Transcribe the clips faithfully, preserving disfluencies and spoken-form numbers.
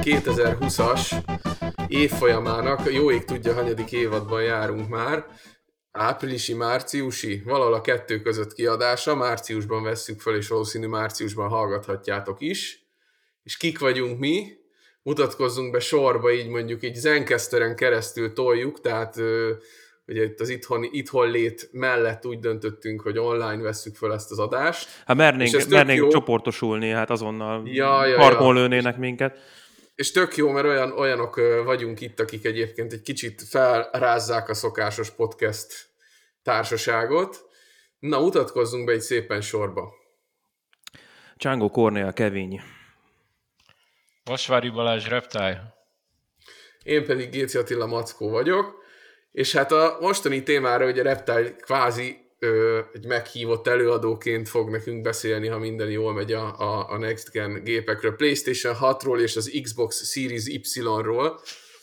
kétezer-húszas évfolyamának, jó ég tudja, hanyadik évadban járunk már, áprilisi, márciusi, valahol a kettő között kiadása, márciusban vesszük föl, és valószínű márciusban hallgathatjátok is. És kik vagyunk mi? Mutatkozzunk be sorba, így mondjuk egy Zencaster-en keresztül toljuk, tehát ugye itt az itthon, itthon lét mellett úgy döntöttünk, hogy online vesszük föl ezt az adást. Hát mernénk, mernénk csoportosulni, hát azonnal ja, ja, parkon ja. lőnének minket. És tök jó, mert olyan, olyanok vagyunk itt, akik egyébként egy kicsit felrázzák a szokásos podcast társaságot. Na, mutatkozzunk be egy szépen sorba. Csángó Kornél, Kevin. Vasvári Balázs, Reptile. Én pedig Géci Attila Mackó vagyok. És hát a mostani témára ugye Reptile kvázi ö, egy meghívott előadóként fog nekünk beszélni, ha minden jól megy a, a, a Next Gen gépekről, PlayStation hatról és az Xbox Series Y-ról.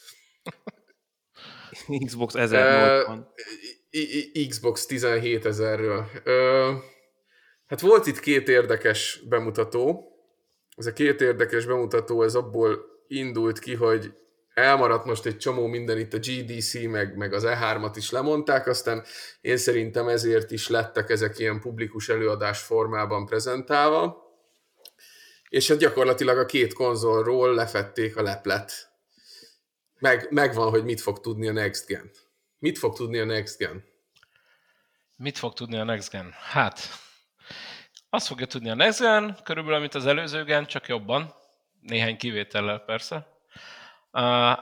Xbox ezernyolcvan. Uh, Xbox tizenhétezerről. Uh, hát volt itt két érdekes bemutató. Ez a két érdekes bemutató, ez abból indult ki, hogy elmaradt most egy csomó minden, itt a gé dé cé, meg, meg az E hármat is lemondták, aztán én szerintem ezért is lettek ezek ilyen publikus előadás formában prezentálva, és hát gyakorlatilag a két konzolról lefették a leplet. Meg, megvan, hogy mit fog tudni a Next Gen. Mit fog tudni a Next Gen? Mit fog tudni a Next Gen? Hát, azt fogja tudni a Next Gen, körülbelül, mint az előző Gen, csak jobban. Néhány kivétellel persze. Uh,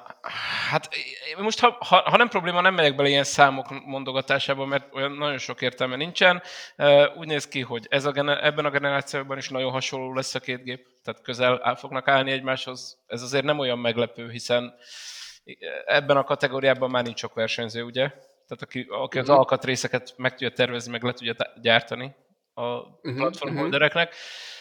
hát most, ha, ha, ha nem probléma, nem megyek bele ilyen számok mondogatásába, mert olyan nagyon sok értelme nincsen. Uh, úgy néz ki, hogy ez a gener- ebben a generációban is nagyon hasonló lesz a két gép, tehát közel áll fognak állni egymáshoz. Ez azért nem olyan meglepő, hiszen ebben a kategóriában már nincs sok versenyző, ugye? Tehát aki, aki az alkatrészeket meg tudja tervezni, meg le tudja gyártani a platformholdereknek.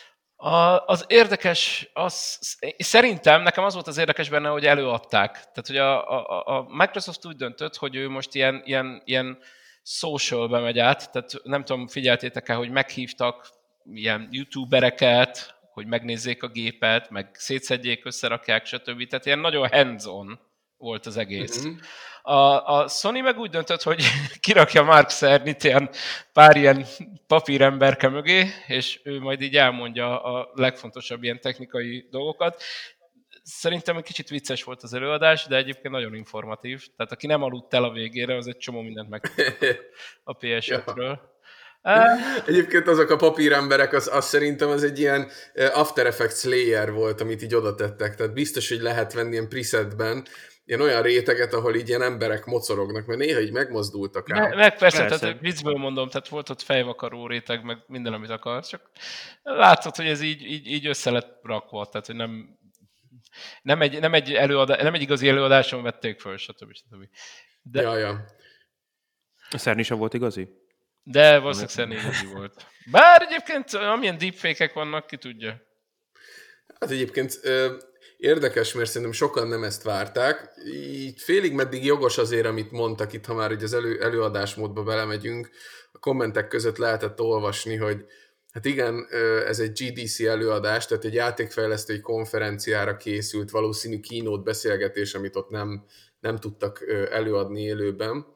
A, az érdekes, az, szerintem nekem az volt az érdekes benne, hogy előadták. Tehát, hogy a, a, a Microsoft úgy döntött, hogy ő most ilyen, ilyen, ilyen socialbe megy át, tehát nem tudom, figyeltétek-e, hogy meghívtak ilyen youtubereket, hogy megnézzék a gépet, meg szétszedjék, összerakják, stb. Tehát ilyen nagyon hands-on volt az egész. Uh-huh. A, a Sony meg úgy döntött, hogy kirakja Mark Cernit ilyen pár ilyen papíremberke mögé, és ő majd így elmondja a legfontosabb ilyen technikai dolgokat. Szerintem egy kicsit vicces volt az előadás, de egyébként nagyon informatív. Tehát aki nem aludt el a végére, az egy csomó mindent megtudott a pé es ötről. Egyébként azok a papíremberek, az, az szerintem az egy ilyen After Effects layer volt, amit így oda tettek. Tehát biztos, hogy lehet venni ilyen presetben ilyen olyan réteget, ahol így ilyen emberek mocorognak, mert néha így megmozdultak ám. Me- meg persze, persze. Tehát viccből mondom, tehát volt ott fejvakaró réteg, meg minden, amit akarsz, csak látszott, hogy ez így, így, így össze lett rakva, tehát hogy nem, nem, egy, nem, egy, előadás, nem egy igazi előadáson vették föl, stb. stb. De... Ja, ja. A Cerny sem volt igazi? De valószínűleg Cerny igazi volt. Bár egyébként amilyen deepfake-ek vannak, ki tudja. Hát egyébként... Érdekes, mert szerintem sokan nem ezt várták. Így félig meddig jogos azért, amit mondtak itt, ha már így az elő, előadásmódba belemegyünk. A kommentek között lehetett olvasni, hogy hát igen, ez egy gé dé cé előadás, tehát egy játékfejlesztői konferenciára készült valószínű keynote beszélgetés, amit ott nem, nem tudtak előadni élőben.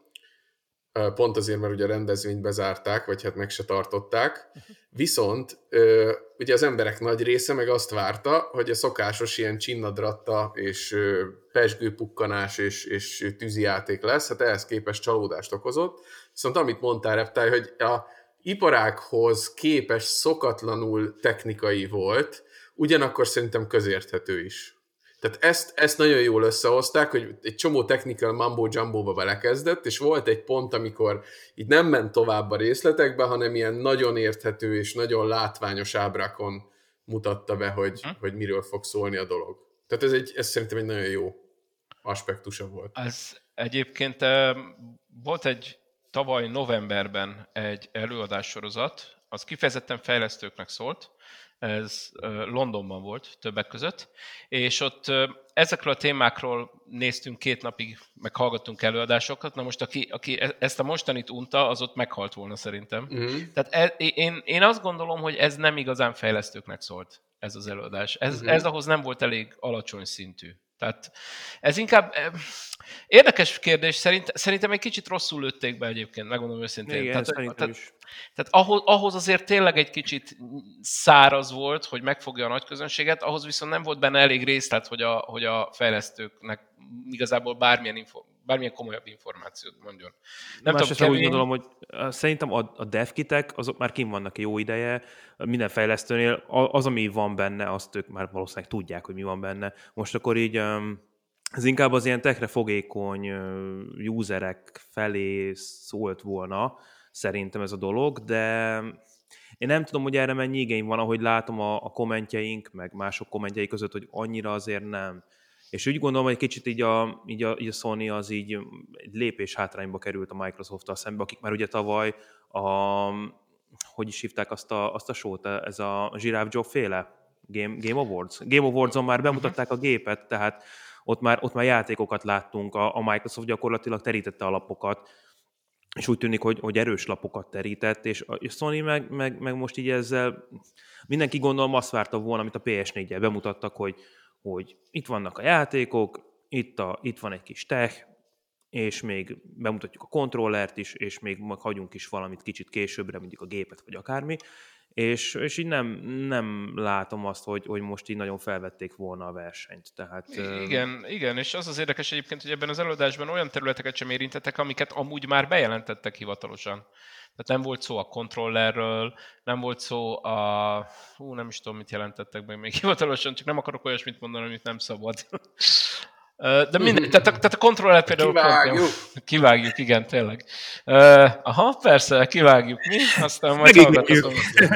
Pont azért, mert ugye a rendezvényt bezárták, vagy hát meg se tartották. Viszont ugye az emberek nagy része meg azt várta, hogy a szokásos ilyen csinnadratta és pezsgőpukkanás és, és tűzijáték lesz, hát ehhez képest csalódást okozott. Viszont amit mondtál, Reptile, hogy a iparághoz képes szokatlanul technikai volt, ugyanakkor szerintem közérthető is. Tehát ezt, ezt nagyon jól összehozták, hogy egy csomó technical mambo-jumbo-ba belekezdett, és volt egy pont, amikor így nem ment tovább a részletekbe, hanem ilyen nagyon érthető és nagyon látványos ábrákon mutatta be, hogy, hm. hogy miről fog szólni a dolog. Tehát ez, egy, ez szerintem egy nagyon jó aspektusa volt. Ez egyébként volt egy tavaly novemberben egy előadássorozat, az kifejezetten fejlesztőknek szólt, ez Londonban volt többek között, és ott ezekről a témákról néztünk két napig, meg hallgattunk előadásokat, na most aki, aki ezt a mostanit unta, az ott meghalt volna szerintem. Mm. Tehát e, én, én azt gondolom, hogy ez nem igazán fejlesztőknek szólt. ez az előadás. Ez, Uh-huh. ez ahhoz nem volt elég alacsony szintű. Tehát ez inkább érdekes kérdés, szerint, szerintem egy kicsit rosszul lőtték be egyébként, megmondom őszintén. Igen, tehát, szerintem tehát, is. Tehát ahhoz, ahhoz azért tényleg egy kicsit száraz volt, hogy megfogja a nagy közönséget, ahhoz viszont nem volt benne elég részlet, hogy a, hogy a fejlesztőknek igazából bármilyen, info, bármilyen komolyabb információt mondjon. Nem Másrészt tudom, úgy gondolom, hogy szerintem a, a devkitek azok már kim vannak jó ideje, minden fejlesztőnél az, ami van benne, azt ők már valószínűleg tudják, hogy mi van benne. Most akkor így ez inkább az ilyen techre fogékony userek felé szólt volna, szerintem ez a dolog, de én nem tudom, hogy erre mennyi igény van, ahogy látom a, a kommentjeink, meg mások kommentjei között, hogy annyira azért nem. És úgy gondolom, hogy kicsit így a, így a, így a Sony az így egy lépés hátrányba került a Microsoft-tal szembe, akik már ugye tavaly a, hogy is hívták azt a, azt a show-t, ez a Giraffe Joe féle Game, Game Awards. Game Awards-on már bemutatták a gépet, tehát ott már, ott már játékokat láttunk, a, a Microsoft gyakorlatilag terítette a lapokat, és úgy tűnik, hogy, hogy erős lapokat terített, és a Sony meg, meg, meg most így ezzel mindenki gondolom azt várta volna, amit a pé es négyel bemutattak, hogy, hogy itt vannak a játékok, itt, a, itt van egy kis tech, és még bemutatjuk a kontrollert is, és még hagyunk is valamit kicsit későbbre, mondjuk a gépet, vagy akármi, és, és így nem, nem látom azt, hogy, hogy most így nagyon felvették volna a versenyt. Tehát, igen, igen, és az az érdekes egyébként, hogy ebben az előadásban olyan területeket sem érintettek, amiket amúgy már bejelentettek hivatalosan. Tehát nem volt szó a kontrollerről, nem volt szó a... Hú, nem is tudom, mit jelentettek meg még hivatalosan, csak nem akarok olyasmit mondani, amit nem szabad. De minden, tehát, a, tehát a kontroller például... Kivágjuk. Pont, kivágjuk, igen, tényleg. Uh, aha, persze, kivágjuk mi, aztán majd hallgatom.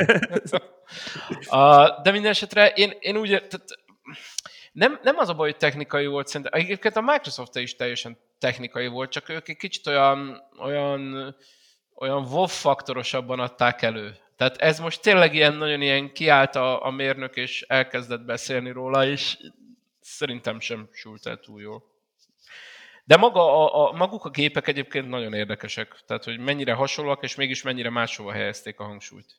uh, de minden esetre én, én úgy... Tehát nem, nem az a baj, hogy technikai volt, szerintem. Egyébként a Microsoft is teljesen technikai volt, csak ők egy kicsit olyan, olyan, olyan wow faktorosabban adták elő. Tehát ez most tényleg ilyen, nagyon ilyen kiállt a, a mérnök, és elkezdett beszélni róla, és szerintem sem sült el túl jól. De maga a, a, maguk a gépek egyébként nagyon érdekesek. Tehát, hogy mennyire hasonlóak, és mégis mennyire máshova helyezték a hangsúlyt.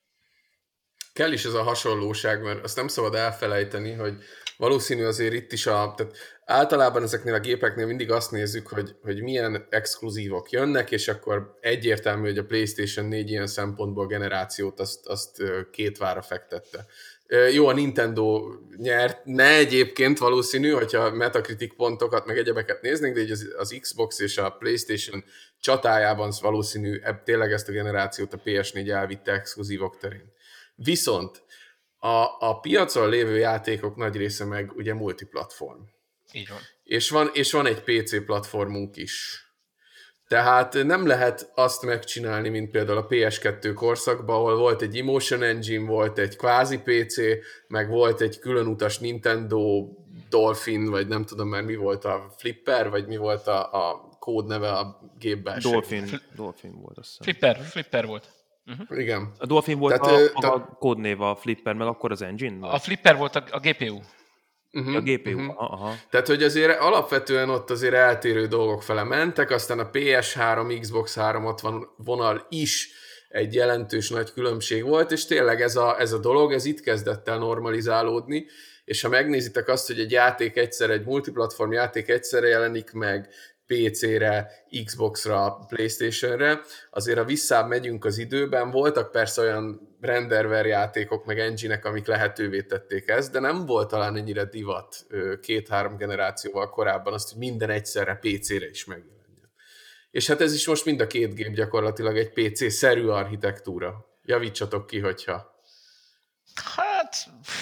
Kell is ez a hasonlóság, mert azt nem szabad elfelejteni, hogy valószínű azért itt is a... Tehát általában ezeknél a gépeknél mindig azt nézzük, hogy, hogy milyen exkluzívok jönnek, és akkor egyértelmű, hogy a PlayStation négy ilyen szempontból generációt azt, azt két vára fektette. Jó, a Nintendo nyert, ne egyébként valószínű, hogyha Metacritic pontokat, meg egyebeket néznénk, de így az, az Xbox és a PlayStation csatájában valószínű tényleg ezt a generációt a pé es négy elvitte exkluzívok terén. Viszont a, a piacon lévő játékok nagy része meg ugye multiplatform. Így van. És van, és van egy pé cé platformunk is. Tehát nem lehet azt megcsinálni, mint például a pé es kettő korszakban, ahol volt egy Emotion Engine, volt egy kvázi pé cé, meg volt egy különutas Nintendo Dolphin, vagy nem tudom már mi volt a Flipper, vagy mi volt a, a kódneve a gépben. Dolphin, Dolphin volt, azt hiszem. Flipper, Flipper volt. Uh-huh. Igen. A Dolphin volt tehát, a, tehát, a kódnév a Flipper, meg akkor az engine volt? A Flipper volt a, a gé pé u. Uh-huh, a gé pé u, uh-huh. aha. Tehát, hogy azért alapvetően ott azért eltérő dolgok fele mentek, aztán a pé es három, Xbox háromszázhatvan vonal is egy jelentős nagy különbség volt, és tényleg ez a, ez a dolog, ez itt kezdett el normalizálódni, és ha megnézitek azt, hogy egy játék egyszer, egy multiplatform játék egyszerre jelenik meg pé cére, Xboxra, PlayStationre, azért ha visszább megyünk az időben, voltak persze olyan renderware játékok, meg engine-ek, amik lehetővé tették ezt, de nem volt talán ennyire divat két-három generációval korábban azt, hogy minden egyszerre pé cére is megjelenjen. És hát ez is most mind a két gép gyakorlatilag egy pé cé-szerű architektúra. Javítsatok ki, hogyha... Hát...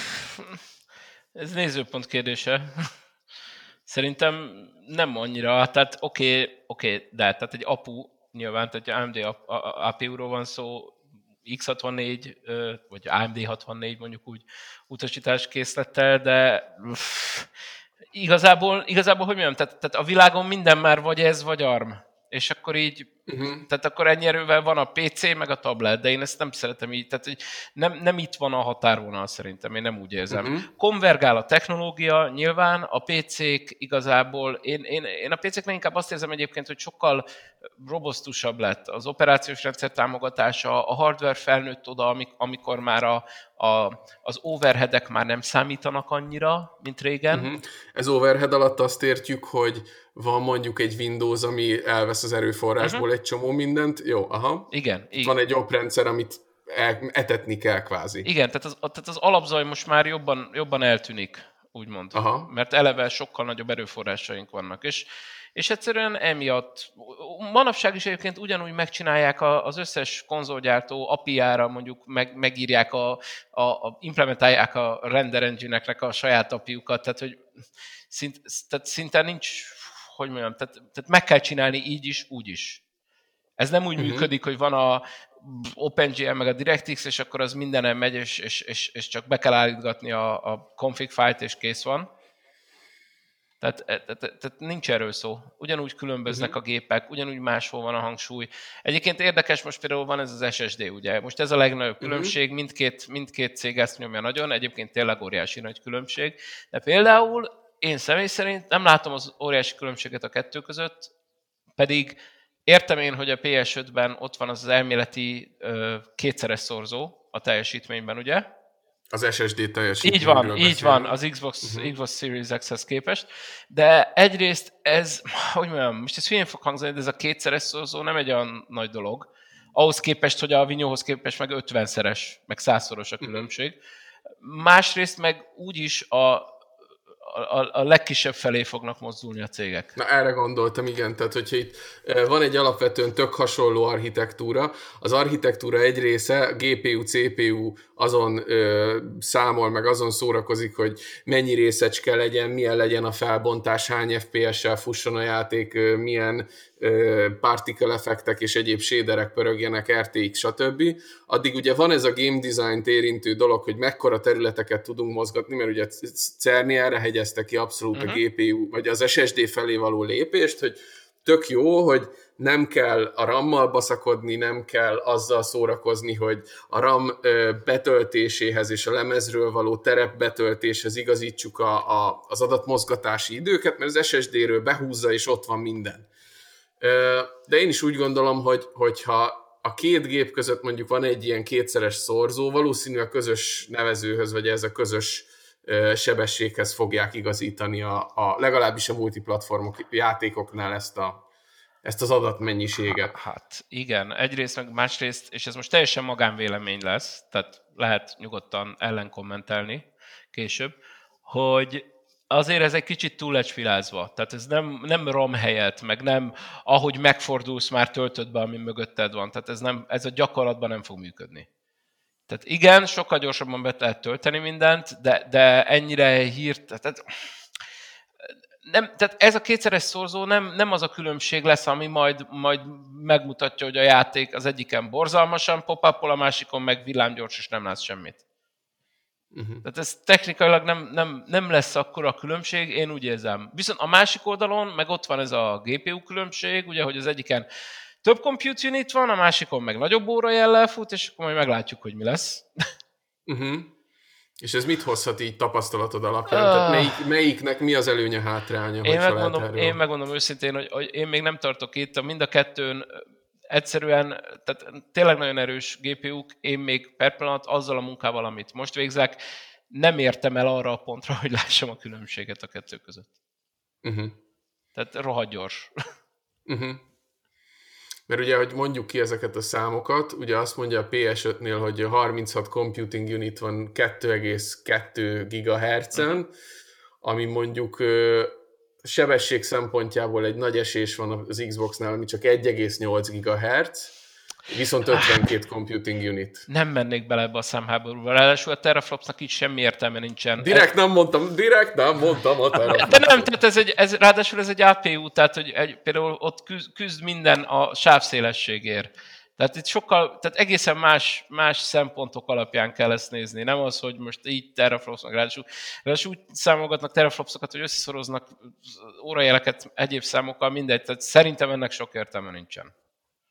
Ez nézőpont kérdése. Szerintem nem annyira, tehát oké, okay, oké, okay, de tehát egy apu, nyilván, tehát á em dé á pé u-ról van szó, iksz hatvannégy, vagy á em dé hatvannégy mondjuk úgy utasításkészlettel, de pff, igazából, igazából, hogy mondjam, tehát, tehát a világon minden már vagy ez, vagy arm. És akkor így Uh-huh. Tehát akkor ennyi erővel van a pé cé, meg a tablet, de én ezt nem szeretem így, tehát nem, nem itt van a határvonal szerintem, én nem úgy érzem. Uh-huh. Konvergál a technológia, nyilván a pé cék igazából, én, én, én a pé céknek inkább azt érzem egyébként, hogy sokkal robosztusabb lett az operációs rendszer támogatása, a hardware felnőtt oda, amikor már a, a, az overheadek már nem számítanak annyira, mint régen. Uh-huh. Ez overhead alatt azt értjük, hogy van mondjuk egy Windows, ami elvesz az erőforrásból uh-huh. egy csomó mindent. Jó, aha. Igen. igen. Van egy oprendszer, amit etetni kell kvázi. Igen, tehát az, tehát az alapzaj most már jobban, jobban eltűnik, úgymond. Aha. Mert eleve sokkal nagyobb erőforrásaink vannak. És, és egyszerűen emiatt manapság is egyébként ugyanúgy megcsinálják az összes konzolgyártó á pé í-ra, mondjuk meg, megírják, a, a, a, implementálják a render engine-eknek a saját á pé í-ukat, tehát hogy szint, tehát szinte nincs, hogy mondjam, tehát, tehát meg kell csinálni így is, úgy is. Ez nem úgy uh-huh. működik, hogy van a OpenGL meg a DirectX, és akkor az mindenen megy, és, és, és, és csak be kell állítgatni a, a config file-t, és kész van. Tehát, tehát, tehát nincs erről szó. Ugyanúgy különböznek uh-huh. a gépek, ugyanúgy máshol van a hangsúly. Egyébként érdekes, most például van ez az es es dé, ugye? Most ez a legnagyobb uh-huh. különbség, mindkét, mindkét cég ezt nyomja nagyon, egyébként tényleg óriási nagy különbség. De például én személy szerint nem látom az óriási különbséget a kettő között, pedig értem én, hogy a pé es ötben ott van az, az elméleti ö, kétszeres szorzó a teljesítményben, ugye? Az es es dé teljesítmény. Így van, így van, az Xbox, uh-huh. Xbox Series X-hez képest. De egyrészt ez, hogy mondjam, most ez hülyén fog hangzani, de ez a kétszeres szorzó nem egy olyan nagy dolog. Ahhoz képest, hogy a Vinyóhoz képest meg ötvenszeres, meg százszoros a különbség. Uh-huh. Másrészt meg úgyis a A, a legkisebb felé fognak mozdulni a cégek. Na erre gondoltam, igen. Tehát, hogyha itt van egy alapvetően tök hasonló architektúra, az architektúra egy része, gé pé u, cé pé u azon ö, számol, meg azon szórakozik, hogy mennyi részecske legyen, milyen legyen a felbontás, hány ef pé es-sel fusson a játék, ö, milyen ö, particle effektek és egyéb shaderek pörögjenek, er té iksz, stb. Addig ugye van ez a game design-t érintő dolog, hogy mekkora területeket tudunk mozgatni, mert ugye Cerny erre hegyezte ki abszolút uh-huh. a gé pé u, vagy az es es dé felé való lépést, hogy tök jó, hogy nem kell a RAM-mal baszakodni, nem kell azzal szórakozni, hogy a RAM betöltéséhez és a lemezről való terep betöltéshez igazítsuk a, a, az adatmozgatási időket, mert az es es dé-ről behúzza, és ott van minden. De én is úgy gondolom, hogy, hogyha a két gép között mondjuk van egy ilyen kétszeres szorzó, valószínű a közös nevezőhöz, vagy ez a közös sebességhez fogják igazítani a, a legalábbis a multiplatformok játékoknál ezt, a, ezt az adatmennyiséget. Hát igen, egyrészt meg másrészt, és ez most teljesen magánvélemény lesz, tehát lehet nyugodtan ellenkommentelni később, hogy azért ez egy kicsit túl lecsfilázva. Tehát ez nem, nem RAM helyett, meg nem ahogy megfordulsz, már töltöd be, ami mögötted van. Tehát ez, nem, ez a gyakorlatban nem fog működni. Tehát igen, sokkal gyorsabban be lehet tölteni mindent, de, de ennyire hírt... Tehát, nem, tehát ez a kétszeres szorzó nem, nem az a különbség lesz, ami majd, majd megmutatja, hogy a játék az egyiken borzalmasan pop-upol, a másikon meg villámgyors, és nem látsz semmit. Uh-huh. Tehát ez technikailag nem, nem, nem lesz akkora különbség, én úgy érzem. Viszont a másik oldalon meg ott van ez a gé pé u különbség, ugye, hogy az egyiken több compute unit van, a másikon meg nagyobb órajellel fut, és akkor majd meglátjuk, hogy mi lesz. Uh-huh. És ez mit hozhat így tapasztalatod alapján? Uh, Tehát melyik, melyiknek mi az előnye, hátránya? Én megmondom, én megmondom őszintén, hogy, hogy én még nem tartok itt, mind a kettőn egyszerűen, tehát tényleg nagyon erős gé pé u-k, én még per pillanat azzal a munkával, amit most végzek, nem értem el arra a pontra, hogy lássam a különbséget a kettő között. Uh-huh. Tehát rohadt gyors. Uh-huh. Mert ugye, hogy mondjuk ki ezeket a számokat, ugye azt mondja a pé es ötnél, hogy harminchat computing unit van kettő egész kettő gigahertzen, uh-huh. ami mondjuk sebesség szempontjából egy nagy esés van az Xboxnál, ami csak egy egész nyolc gigahertz, viszont ötvenkét computing unit. Nem mennék bele ebbe a számháborúba. Ráadásul a teraflopsnak így semmi értelme nincsen. Direkt nem mondtam, direkt nem mondtam a teraflopot. De nem, tehát ez egy, ez, ráadásul ez egy á pé u, tehát hogy egy, például ott küzd, küzd minden a sávszélességért. Tehát itt sokkal, tehát egészen más, más szempontok alapján kell ezt nézni. Nem az, hogy most így teraflopsnak, ráadásul, ráadásul úgy számolgatnak teraflopsokat, hogy összeszoroznak órajeleket egyéb számokkal, mindegy. Tehát szerintem ennek sok értelme nincsen.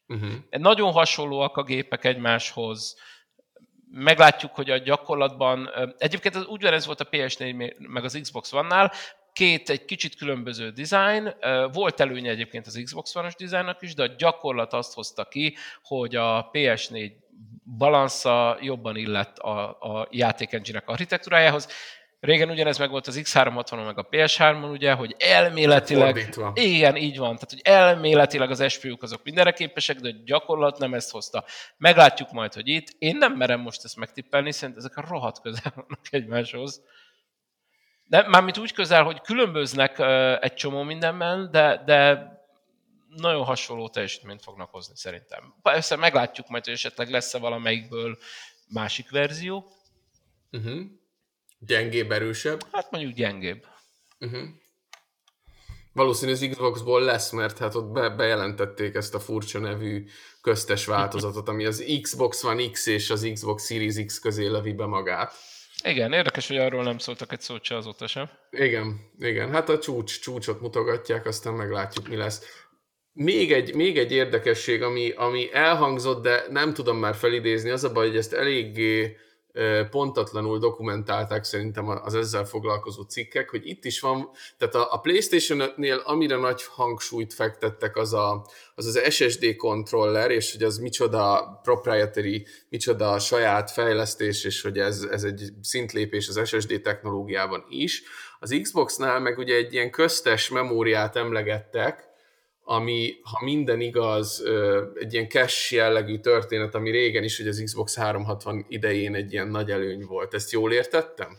Uh-huh. Nagyon hasonlóak a gépek egymáshoz. Meglátjuk, hogy a gyakorlatban... Egyébként ez ugyanez volt a pé es négy meg az Xbox One-nál, két egy kicsit különböző design. Volt előnye egyébként az Xbox One-os dizájnnak is, de a gyakorlat azt hozta ki, hogy a pé es négy balansza jobban illett a, a játék engine-nek architektúrájához. Régen ugyanez meg volt az iksz háromszázhatvanon meg a pé es hármon, ugye, hogy elméletileg... Igen, így van. Tehát, hogy elméletileg az es pé u-k azok mindenre képesek, de a gyakorlat nem ezt hozta. Meglátjuk majd, hogy itt. Én nem merem most ezt megtippelni, szerintem ezek a rohadt közel vannak egymáshoz. De mármint úgy közel, hogy különböznek egy csomó mindenben, de, de nagyon hasonló teljesítményt fognak hozni szerintem. Persze meglátjuk majd, hogy esetleg lesz-e valamelyikből másik verzió. Uh-huh. Gyengébb, erősebb? Hát mondjuk gyengébb. Uh-huh. Valószínű az Xboxból lesz, mert hát ott be, bejelentették ezt a furcsa nevű köztes változatot, ami az Xbox One X és az Xbox Series X közé lövi be magát. Igen, érdekes, hogy arról nem szóltak egy szót se azóta sem. Igen, igen. Hát a csúcs, csúcsot mutogatják, aztán meglátjuk, mi lesz. Még egy, még egy érdekesség, ami, ami elhangzott, de nem tudom már felidézni, az a baj, hogy ezt eléggé pontatlanul dokumentálták szerintem az ezzel foglalkozó cikkek, hogy itt is van, tehát a, a PlayStation ötnél amire nagy hangsúlyt fektettek az a, az, az es es dé controller, és hogy az micsoda proprietary, micsoda saját fejlesztés, és hogy ez, ez egy szintlépés az es es dé technológiában is. Az Xboxnál meg ugye egy ilyen köztes memóriát emlegettek, ami, ha minden igaz, egy ilyen cache jellegű történet, ami régen is, hogy az Xbox háromszázhatvan idején egy ilyen nagy előny volt. Ezt jól értettem?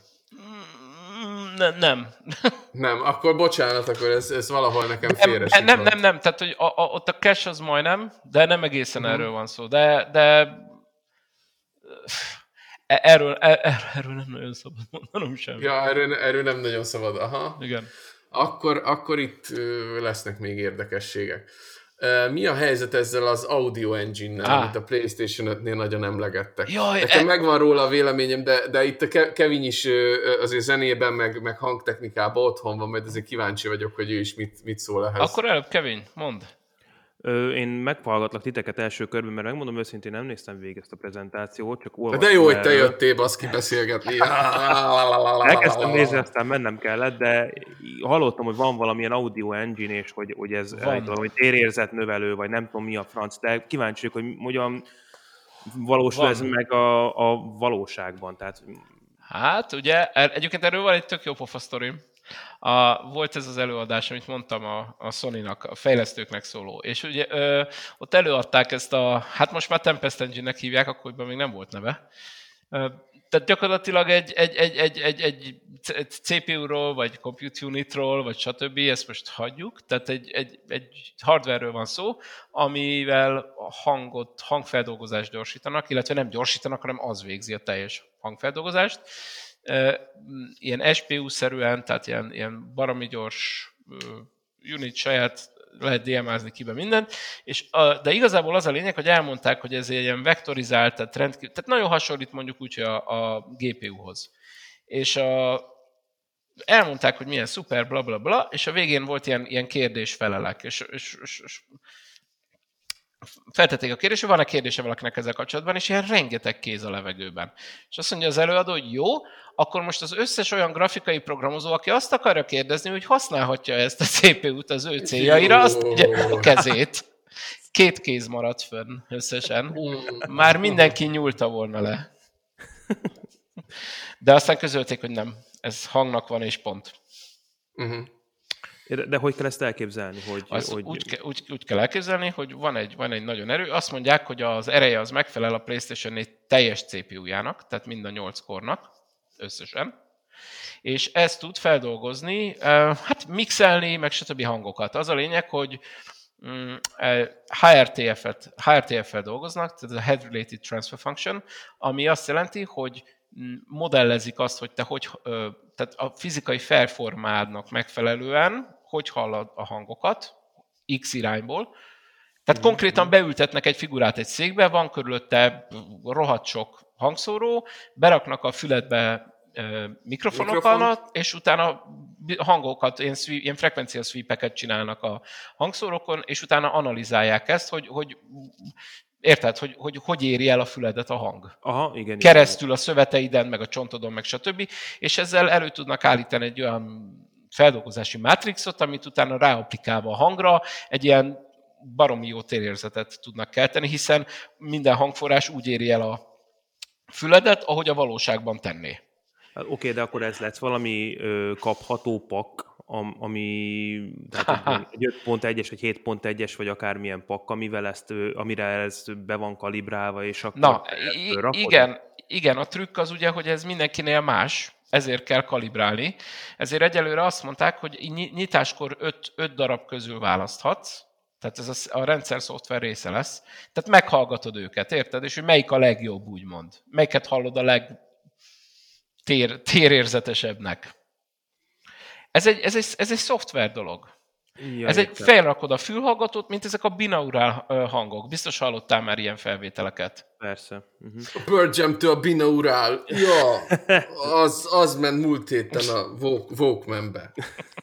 Nem. Nem, nem akkor bocsánat, akkor ez, ez valahol nekem nem, félre nem, nem, nem, nem, tehát hogy a, a, ott a cache az majdnem, de nem egészen uh-huh. erről van szó. De, de erről, erről, erről nem nagyon szabad mondanom semmi. Ja, erről, erről nem nagyon szabad, aha. Igen. Akkor, akkor itt lesznek még érdekességek. Mi a helyzet ezzel az audio engine-nel, ah. amit a PlayStation ötnél nagyon emlegettek? Jaj, Nekem e... megvan róla a véleményem, de, de itt a Kevin is azért zenében, meg, meg hangtechnikában otthon van, mert azért kíváncsi vagyok, hogy ő is mit, mit szól ehhez. Akkor előbb Kevin, mondd. Ö, én meghallgatlak titeket első körben, mert megmondom őszintén, nem néztem végig ezt a prezentációt, csak olvastam. De jó, hogy te jöttél, baszki, beszélgetni. Elkezdtem nézni, aztán mennem kellett, de hallottam, hogy van valamilyen audio engine, és hogy, hogy ez valami térérzet növelő, vagy nem tudom mi a franc, de kíváncsi vagyok, hogy hogyan valósul van. Ez meg a, a valóságban. Tehát... Hát, ugye, egyébként erről van egy tök jó pofa sztorim. A, volt ez az előadás, amit mondtam a, a Sony-nak, a fejlesztőknek szóló, és ugye ö, ott előadták ezt a, hát most már Tempest Engine-nek hívják, akkoriban még nem volt neve. Ö, tehát gyakorlatilag egy, egy, egy, egy, egy, egy cé pé u-ról, vagy Compute Unit-ról, vagy stb. Ezt most hagyjuk. Tehát egy, egy, egy hardware-ről van szó, amivel a hangot, hangfeldolgozást gyorsítanak, illetve nem gyorsítanak, hanem az végzi a teljes hangfeldolgozást. Ilyen es pé u-szerűen, tehát ilyen, ilyen baromi gyors unit saját, lehet dé em-ázni ki be mindent, és a, de igazából az a lényeg, hogy elmondták, hogy ez egy ilyen vektorizált, tehát, rendkívül, tehát nagyon hasonlít mondjuk úgy a, a gé pé u-hoz. És a, elmondták, hogy milyen szuper, bla bla bla, és a végén volt ilyen, ilyen kérdés-felelek, és, és, és, és feltették a kérdést, hogy van-e kérdése valakinek ezzel kapcsolatban, és ilyen rengeteg kéz a levegőben. És azt mondja az előadó, hogy jó, akkor most az összes olyan grafikai programozó, aki azt akarja kérdezni, hogy használhatja ezt a cé pé u-t az ő céljaira, azt tegye a kezét. Két kéz maradt fönn összesen. Már mindenki nyúlta volna le. De aztán közölték, hogy nem. Ez hangnak van, és pont. Uh-huh. De hogy kell ezt elképzelni? Hogy, hogy... Úgy, ke, úgy, úgy kell elképzelni, hogy van egy, van egy nagyon erő. Azt mondják, hogy az ereje az megfelel a PlayStation négy teljes cé pé u-jának, tehát mind a nyolc kornak összesen. És ezt tud feldolgozni, hát mixelni, meg stb. Hangokat. Az a lényeg, hogy há er té ef-et, há er té ef-fel dolgoznak, tehát a Head Related Transfer Function, ami azt jelenti, hogy modellezik azt, hogy te hogy, tehát a fizikai felformádnak megfelelően, hogy hallod a hangokat X irányból. Tehát konkrétan beültetnek egy figurát egy székbe, van körülötte rohadt sok hangszóró, beraknak a füledbe mikrofonokon, Mikrofon. és utána hangokat, ilyen, sweep, ilyen frekvencia sweepeket csinálnak a hangszórókon, és utána analizálják ezt, hogy, hogy érted, hogy, hogy hogy éri el a füledet a hang. Aha, igen. Keresztül igen. a szöveteiden, meg a csontodon, meg stb. És ezzel elő tudnak állítani egy olyan feldolgozási mátrixot, amit utána ráaplikálva a hangra egy ilyen baromi jó térérzetet tudnak kelteni, hiszen minden hangforrás úgy éri el a füledet, ahogy a valóságban tenné. Hát, oké, okay, de akkor ez lesz valami ö, kapható pak, am, ami tehát egy öt pont egyes, vagy hét pont egyes, vagy akármilyen pak, amivel ezt, amire ez be van kalibrálva, és akkor... Na, igen, igen, a trükk az ugye, hogy ez mindenkinél más, ezért kell kalibrálni. Ezért egyelőre azt mondták, hogy nyitáskor öt darab közül választhatsz, tehát ez a, a rendszer szoftver része lesz. Tehát meghallgatod őket, érted? És hogy melyik a legjobb, úgymond. Melyiket hallod a leg tér, térérzetesebbnek. Ez egy, ez, egy, ez egy szoftver dolog. Ja, ez egy felrakod a fülhallgatót, mint ezek a binaurál hangok. Biztos hallottál már ilyen felvételeket. Persze. Uh-huh. A Pearl Jam-től a binaurál. Ja, az, az ment múlt héten a Walkman-be.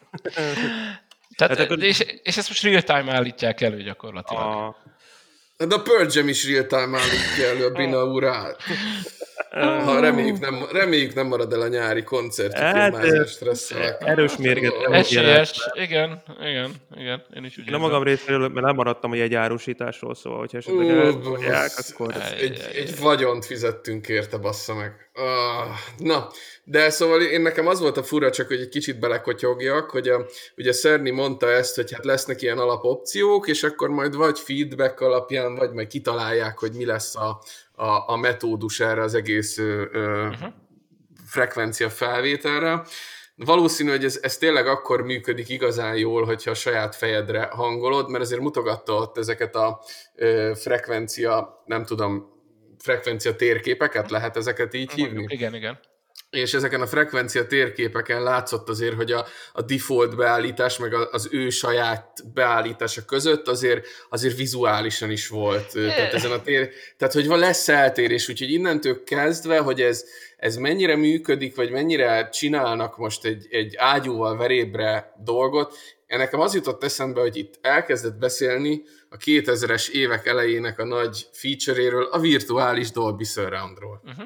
Tehát, hát, és, és ezt most real-time állítják elő gyakorlatilag. A... De a Pearl Jam is real-time állítja elő a binaurál. Ha reméljük nem, reméljük nem marad el a nyári koncertjük, hát, más stresszelek. Erős mérget. Esélyes, igen, igen, igen, én is úgy érzem. Magam részéről, mert lemaradtam a jegyárusításról, szóval, hogyha esetleg elfogadják, akkor... Egy, egy vagyont fizettünk érte, bassza meg. Ah, na, de szóval én nekem az volt a fura, csak hogy egy kicsit belekotyogjak, hogy a, ugye Cerny mondta ezt, hogy hát lesznek ilyen alapopciók, és akkor majd vagy feedback alapján, vagy majd kitalálják, hogy mi lesz a A, a metódus erre az egész ö, ö, uh-huh. frekvencia felvételre. Valószínű, hogy ez, ez tényleg akkor működik igazán jól, hogyha a saját fejedre hangolod, mert azért mutogatta ott ezeket a ö, frekvencia, nem tudom, frekvencia térképeket, lehet ezeket így hívni? Mondjuk, igen, igen. És ezeken a frekvencia térképeken látszott azért, hogy a, a default beállítás, meg az ő saját beállítása között azért, azért vizuálisan is volt. Tehát, ezen a tér, tehát hogy van lesz eltérés, úgyhogy innentől kezdve, hogy ez, ez mennyire működik, vagy mennyire csinálnak most egy, egy ágyúval verébre dolgot, nekem az jutott eszembe, hogy itt elkezdett beszélni a kétezres évek elejének a nagy feature-éről, a virtuális Dolby Surroundról. Uh-huh.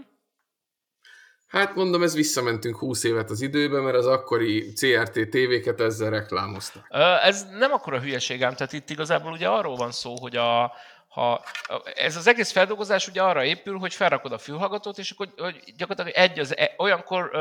Hát mondom, ez visszamentünk húsz évet az időbe, mert az akkori cé er té tévéket ezzel reklámoztak. Ez nem akkora hülyeség ám, tehát itt igazából ugye arról van szó, hogy a, ha, ez az egész feldolgozás ugye arra épül, hogy felrakod a fülhallgatót, és akkor hogy gyakorlatilag egy az, olyankor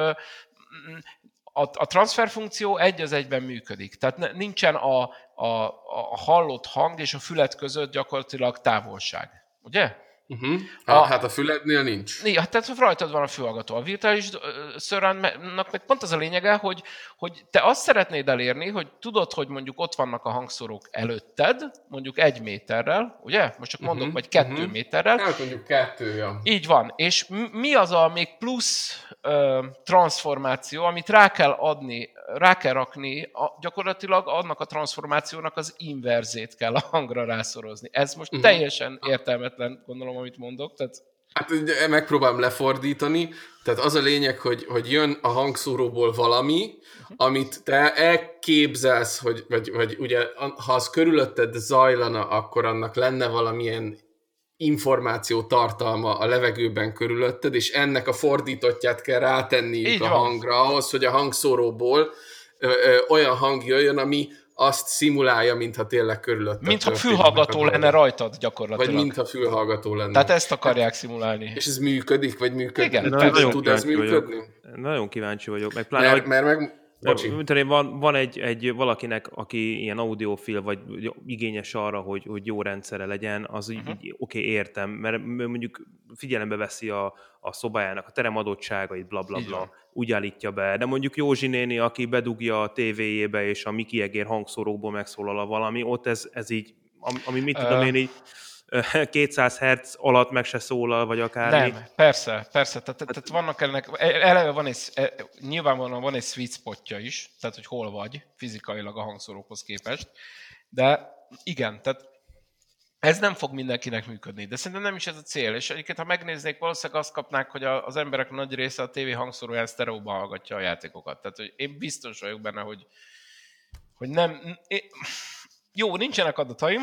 a, a transfer funkció egy az egyben működik. Tehát nincsen a, a, a hallott hang és a fület között gyakorlatilag távolság. Ugye? Uh-huh. A, hát a fülednél nincs. Ja, tehát rajtad van a fülhallgató. A virtuális surroundnak meg pont az a lényege, hogy, hogy te azt szeretnéd elérni, hogy tudod, hogy mondjuk ott vannak a hangszórók előtted, mondjuk egy méterrel, ugye? Most csak mondok, uh-huh. vagy kettő uh-huh. méterrel. Hát mondjuk kettő, ja. Így van. És mi az a még plusz ö, transformáció, amit rá kell adni, rá kell rakni, a, gyakorlatilag annak a transformációnak az inverzét kell a hangra rászorozni. Ez most uh-huh. teljesen értelmetlen, gondolom, amit mondok. Tehát... Hát megpróbálom lefordítani. Tehát az a lényeg, hogy, hogy jön a hangszóróból valami, uh-huh. amit te elképzelsz, hogy, vagy, vagy ugye, ha az körülötted zajlana, akkor annak lenne valamilyen információ tartalma a levegőben körülötted, és ennek a fordítottját kell rátenniük a hangra, ahhoz, hogy a hangszóróból ö, ö, olyan hang jöjjön, ami azt szimulálja, mintha tényleg körülötted. Mintha fülhallgató lenne rajtad gyakorlatilag. Vagy mintha fülhallgató lenne. Tehát ezt akarják szimulálni. És ez működik, vagy működik? Igen, nagyon tud ez működni? Vagyok. Nagyon kíváncsi vagyok. Meg pláne, mert, mert meg... Bocsi. Van, van egy, egy valakinek, aki ilyen audiofil, vagy igényes arra, hogy, hogy jó rendszere legyen, az uh-huh. így oké, okay, értem, mert mondjuk figyelembe veszi a, a szobájának a teremadottságait, blablabla, bla, bla, úgy állítja be. De mondjuk Józsi néni, aki bedugja a tévéjébe, és a Miki Egér hangszórókból megszólal a valami, ott ez, ez így, ami mit tudom uh. én így, kétszáz hertz alatt meg se szólal, vagy akármi. Nem, persze, persze. Tehát, tehát vannak ennek, eleve van egy, nyilvánvalóan van egy sweet spotja is, tehát hogy hol vagy fizikailag a hangszórókhoz képest, de igen, tehát Ez nem fog mindenkinek működni, de szerintem nem is ez a cél. És egyébként, ha megnéznék, valószínűleg azt kapnák, hogy az emberek nagy része a tévé hangszóróján sztereóban hallgatja a játékokat. Tehát hogy én biztos vagyok benne, hogy, hogy nem... Én, jó, nincsenek adataim,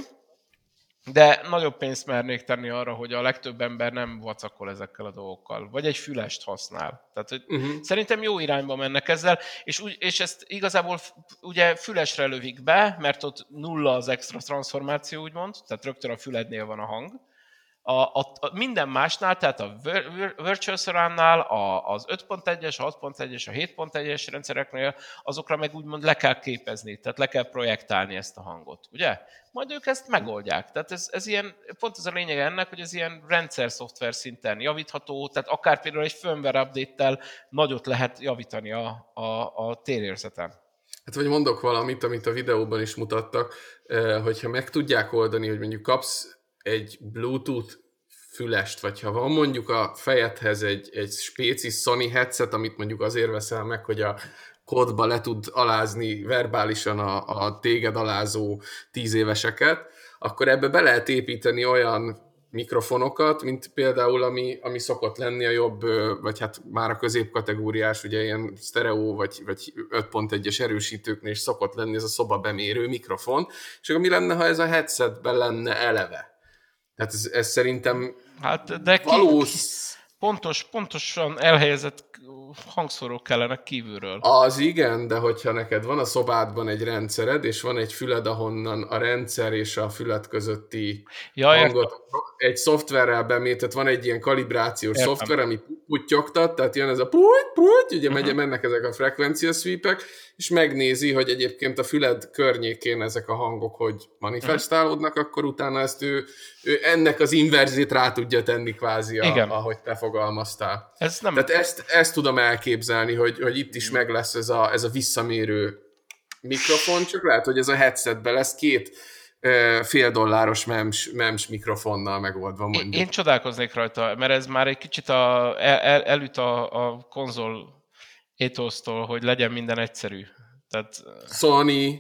de nagyobb pénzt mernék tenni arra, hogy a legtöbb ember nem vacakol ezekkel a dolgokkal. Vagy egy fülest használ. Tehát, hogy uh-huh. Szerintem jó irányba mennek ezzel, és, úgy, és ezt igazából ugye fülesre lövik be, mert ott nulla az extra transformáció, úgymond, tehát rögtön a fülednél van a hang. A, a, a minden másnál, tehát a Virtual Surround-nál, a, az öt pont egyes, a hat pont egyes, a hét pont egyes rendszereknél, azokra meg úgymond le kell képezni, tehát le kell projektálni ezt a hangot, ugye? Majd ők ezt megoldják. Tehát ez, ez ilyen, pont ez a lényeg ennek, hogy ez ilyen rendszer-szoftver szinten javítható, tehát akár például egy firmware update-tel nagyot lehet javítani a, a, a térérzeten. Hát vagy mondok valamit, amit a videóban is mutattak, hogyha meg tudják oldani, hogy mondjuk kapsz egy Bluetooth fülest, vagy ha van mondjuk a fejedhez egy, egy spéci Sony headset, amit mondjuk azért veszel meg, hogy a kódba le tud alázni verbálisan a, a téged alázó tíz éveseket, akkor ebbe be lehet építeni olyan mikrofonokat, mint például, ami, ami szokott lenni a jobb, vagy hát már a középkategóriás, ugye ilyen sztereó, vagy, vagy öt pont egyes erősítőknél is szokott lenni ez a szobabemérő mikrofon, és akkor mi lenne, ha ez a headsetben lenne eleve? Tehát ez, ez szerintem hát de valós... Ki, pontos, pontosan elhelyezett hangszórók kellenek kívülről. Az igen, de hogyha neked van a szobádban egy rendszered, és van egy füled, ahonnan a rendszer és a füled közötti ja, hangot értem. Egy szoftverrel bemér, tehát van egy ilyen kalibrációs értem. Szoftver, ami puttyogtat, tehát jön ez a puty, puty, ugye uh-huh. mennek ezek a frekvencia sweepek, és megnézi, hogy egyébként a füled környékén ezek a hangok hogy manifestálódnak, uh-huh. akkor utána ezt ő, ő ennek az inverzét rá tudja tenni kvázi, a, ahogy te fogalmaztál. Ez nem... Tehát ezt, ezt tudom elképzelni, hogy, hogy itt is meg lesz ez a, ez a visszamérő mikrofon, csak lehet, hogy ez a headsetben lesz két uh, fél dolláros mems, mems mikrofonnal megoldva mondjuk. Én, én csodálkoznék rajta, mert ez már egy kicsit a, el, el, elüt a, a konzol étosztól, hogy legyen minden egyszerű. Tehát, Sony.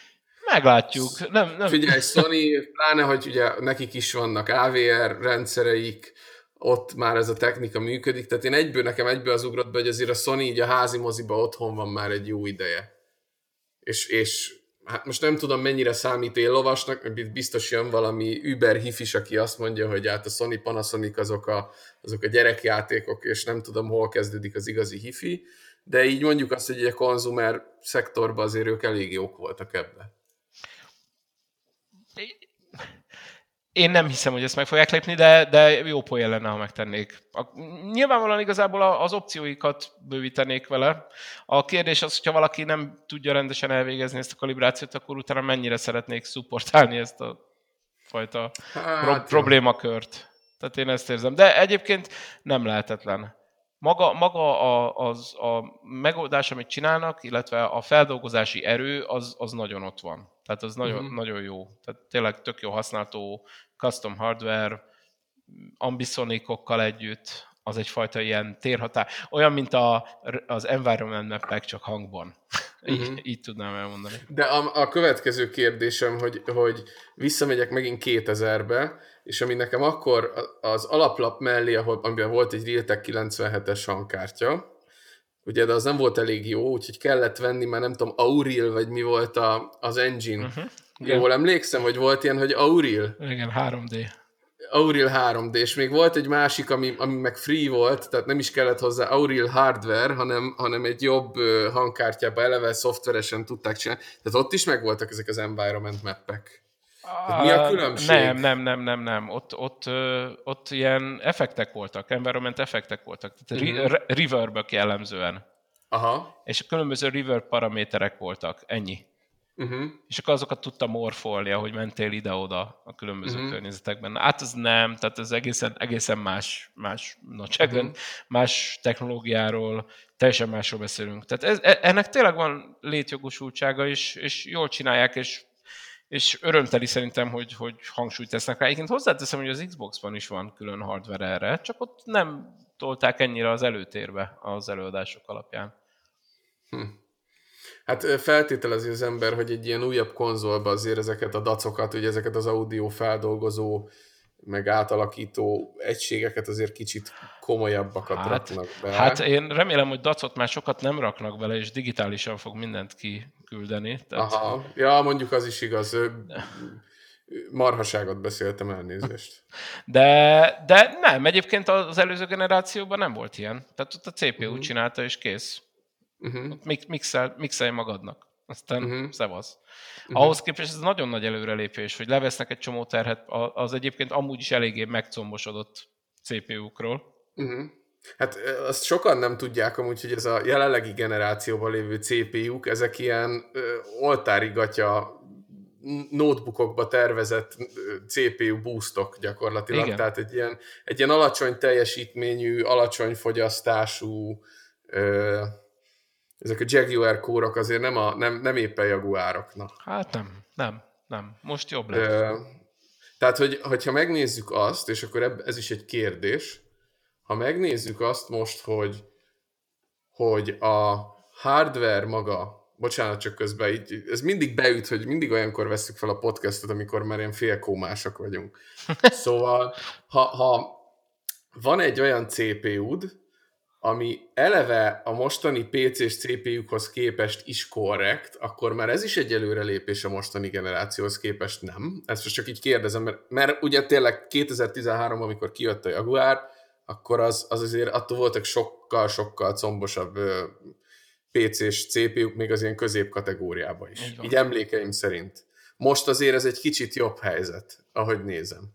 Meglátjuk. Nem, nem. Figyelj, Sony, pláne, hogy ugye nekik is vannak á vé er rendszereik, ott már ez a technika működik, tehát én egyből, nekem egyből az ugrott be, hogy azért a Sony így a házi moziba otthon van már egy jó ideje. És, és hát most nem tudom, mennyire számít éllovasnak, biztos jön valami Uber hifis, aki azt mondja, hogy hát a Sony, Panasonic azok a, azok a gyerekjátékok, és nem tudom, hol kezdődik az igazi hifi, de így mondjuk azt, hogy a konzumer szektorban azért ők elég jók voltak ebben. Én nem hiszem, hogy ezt meg fogják lépni, de, de jó poén lenne, ha megtennék. A, nyilvánvalóan igazából az opcióikat bővítenék vele. A kérdés az, hogyha valaki nem tudja rendesen elvégezni ezt a kalibrációt, akkor utána mennyire szeretnék szupportálni ezt a fajta hát, pro- problémakört. Tehát én ezt érzem. De egyébként nem lehetetlen. Maga, maga a, az, a megoldás, amit csinálnak, illetve a feldolgozási erő, az, az nagyon ott van. Tehát az nagyon, uh-huh. nagyon jó. Tehát tényleg tök jó használható custom hardware, ambisonicokkal együtt, az egyfajta ilyen térhatár. Olyan, mint a, az environment map-ek, csak hangban. Uh-huh. így, így tudnám elmondani. De a, a következő kérdésem, hogy, hogy visszamegyek megint kétezerbe, és ami nekem akkor az alaplap mellé, ahol, amiben volt egy Realtek kilencvenhetes hangkártya, ugye, de az nem volt elég jó, úgyhogy kellett venni, már nem tudom, Auril, vagy mi volt a, az engine. Uh-huh. Jól emlékszem, hogy volt ilyen, hogy Auril? Igen, három dé. Auril három dé, és még volt egy másik, ami, ami meg free volt, tehát nem is kellett hozzá Auril hardware, hanem, hanem egy jobb hangkártyába eleve szoftveresen tudták csinálni. Tehát ott is megvoltak ezek az environment mappek. Mi a különbség? Nem, nem, nem, nem, nem. Ott, ott, ott ilyen effektek voltak, environment effektek voltak. Tehát uh-huh. re- reverb-ök jellemzően. Aha. És a különböző reverb paraméterek voltak. Ennyi. Uh-huh. És akkor azokat tudtam morfolni, ahogy mentél ide-oda a különböző uh-huh. környezetekben. Hát ez nem, tehát ez egészen, egészen más, más nagyságrend, uh-huh. más technológiáról, teljesen másról beszélünk. Tehát ez, ennek tényleg van létjogosultsága, és, és jól csinálják, és és örömteli szerintem, hogy, hogy hangsúlyt tesznek rá. Egyébként hozzáteszem, hogy az Xboxban is van külön hardware erre, csak ott nem tolták ennyire az előtérbe az előadások alapján. Hm. Hát feltételezi az ember, hogy egy ilyen újabb konzolba azért ezeket a dacokat, ugye ezeket az audio feldolgozó, meg átalakító egységeket azért kicsit komolyabbakat Hát, raknak be. hát én remélem, hogy dacot már sokat nem raknak bele, és digitálisan fog mindent kiküldeni. Tehát... Aha, ja, mondjuk az is igaz. Marhaságot beszéltem, elnézést. De, de nem, egyébként az előző generációban nem volt ilyen. Tehát ott a cé pé u uh-huh. csinálta, és kész. Uh-huh. Mixel, mixelj magadnak. Aztán uh-huh. szevasz. Uh-huh. Ahhoz képest ez nagyon nagy előrelépés, hogy levesznek egy csomó terhet, az egyébként amúgy is eléggé megcombosodott cé pé u-król. Uh-huh. Hát azt sokan nem tudják amúgy, hogy ez a jelenlegi generációban lévő cé pé u-k, ezek ilyen ö, oltári gatya notebookokba tervezett cé pé u boostok gyakorlatilag. Igen. Tehát egy ilyen, egy ilyen alacsony teljesítményű, alacsony fogyasztású ö, ezek a Jaguar kórok azért nem, a, nem, nem éppen Jaguároknak. Hát nem, nem, nem. Most jobb lett. Ö, tehát, hogy, hogyha megnézzük azt, és akkor ebb, ez is egy kérdés, ha megnézzük azt most, hogy, hogy a hardware maga, bocsánat, csak közben így, ez mindig beüt, hogy mindig olyankor vesszük fel a podcastot, amikor már ilyen félkómásak vagyunk. Szóval, ha, ha van egy olyan cé pé u-d, ami eleve a mostani pé cés cé pé u-khoz képest is korrekt, akkor már ez is egy előrelépés a mostani generációhoz képest, nem? Ezt most csak így kérdezem, mert, mert ugye tényleg kétezer-tizenháromban, amikor kijött a Jaguar, akkor az, az azért attól voltak sokkal-sokkal combosabb pé cés cé pé u-k még az ilyen középkategóriában is. Így, így emlékeim szerint. Most azért ez egy kicsit jobb helyzet, ahogy nézem.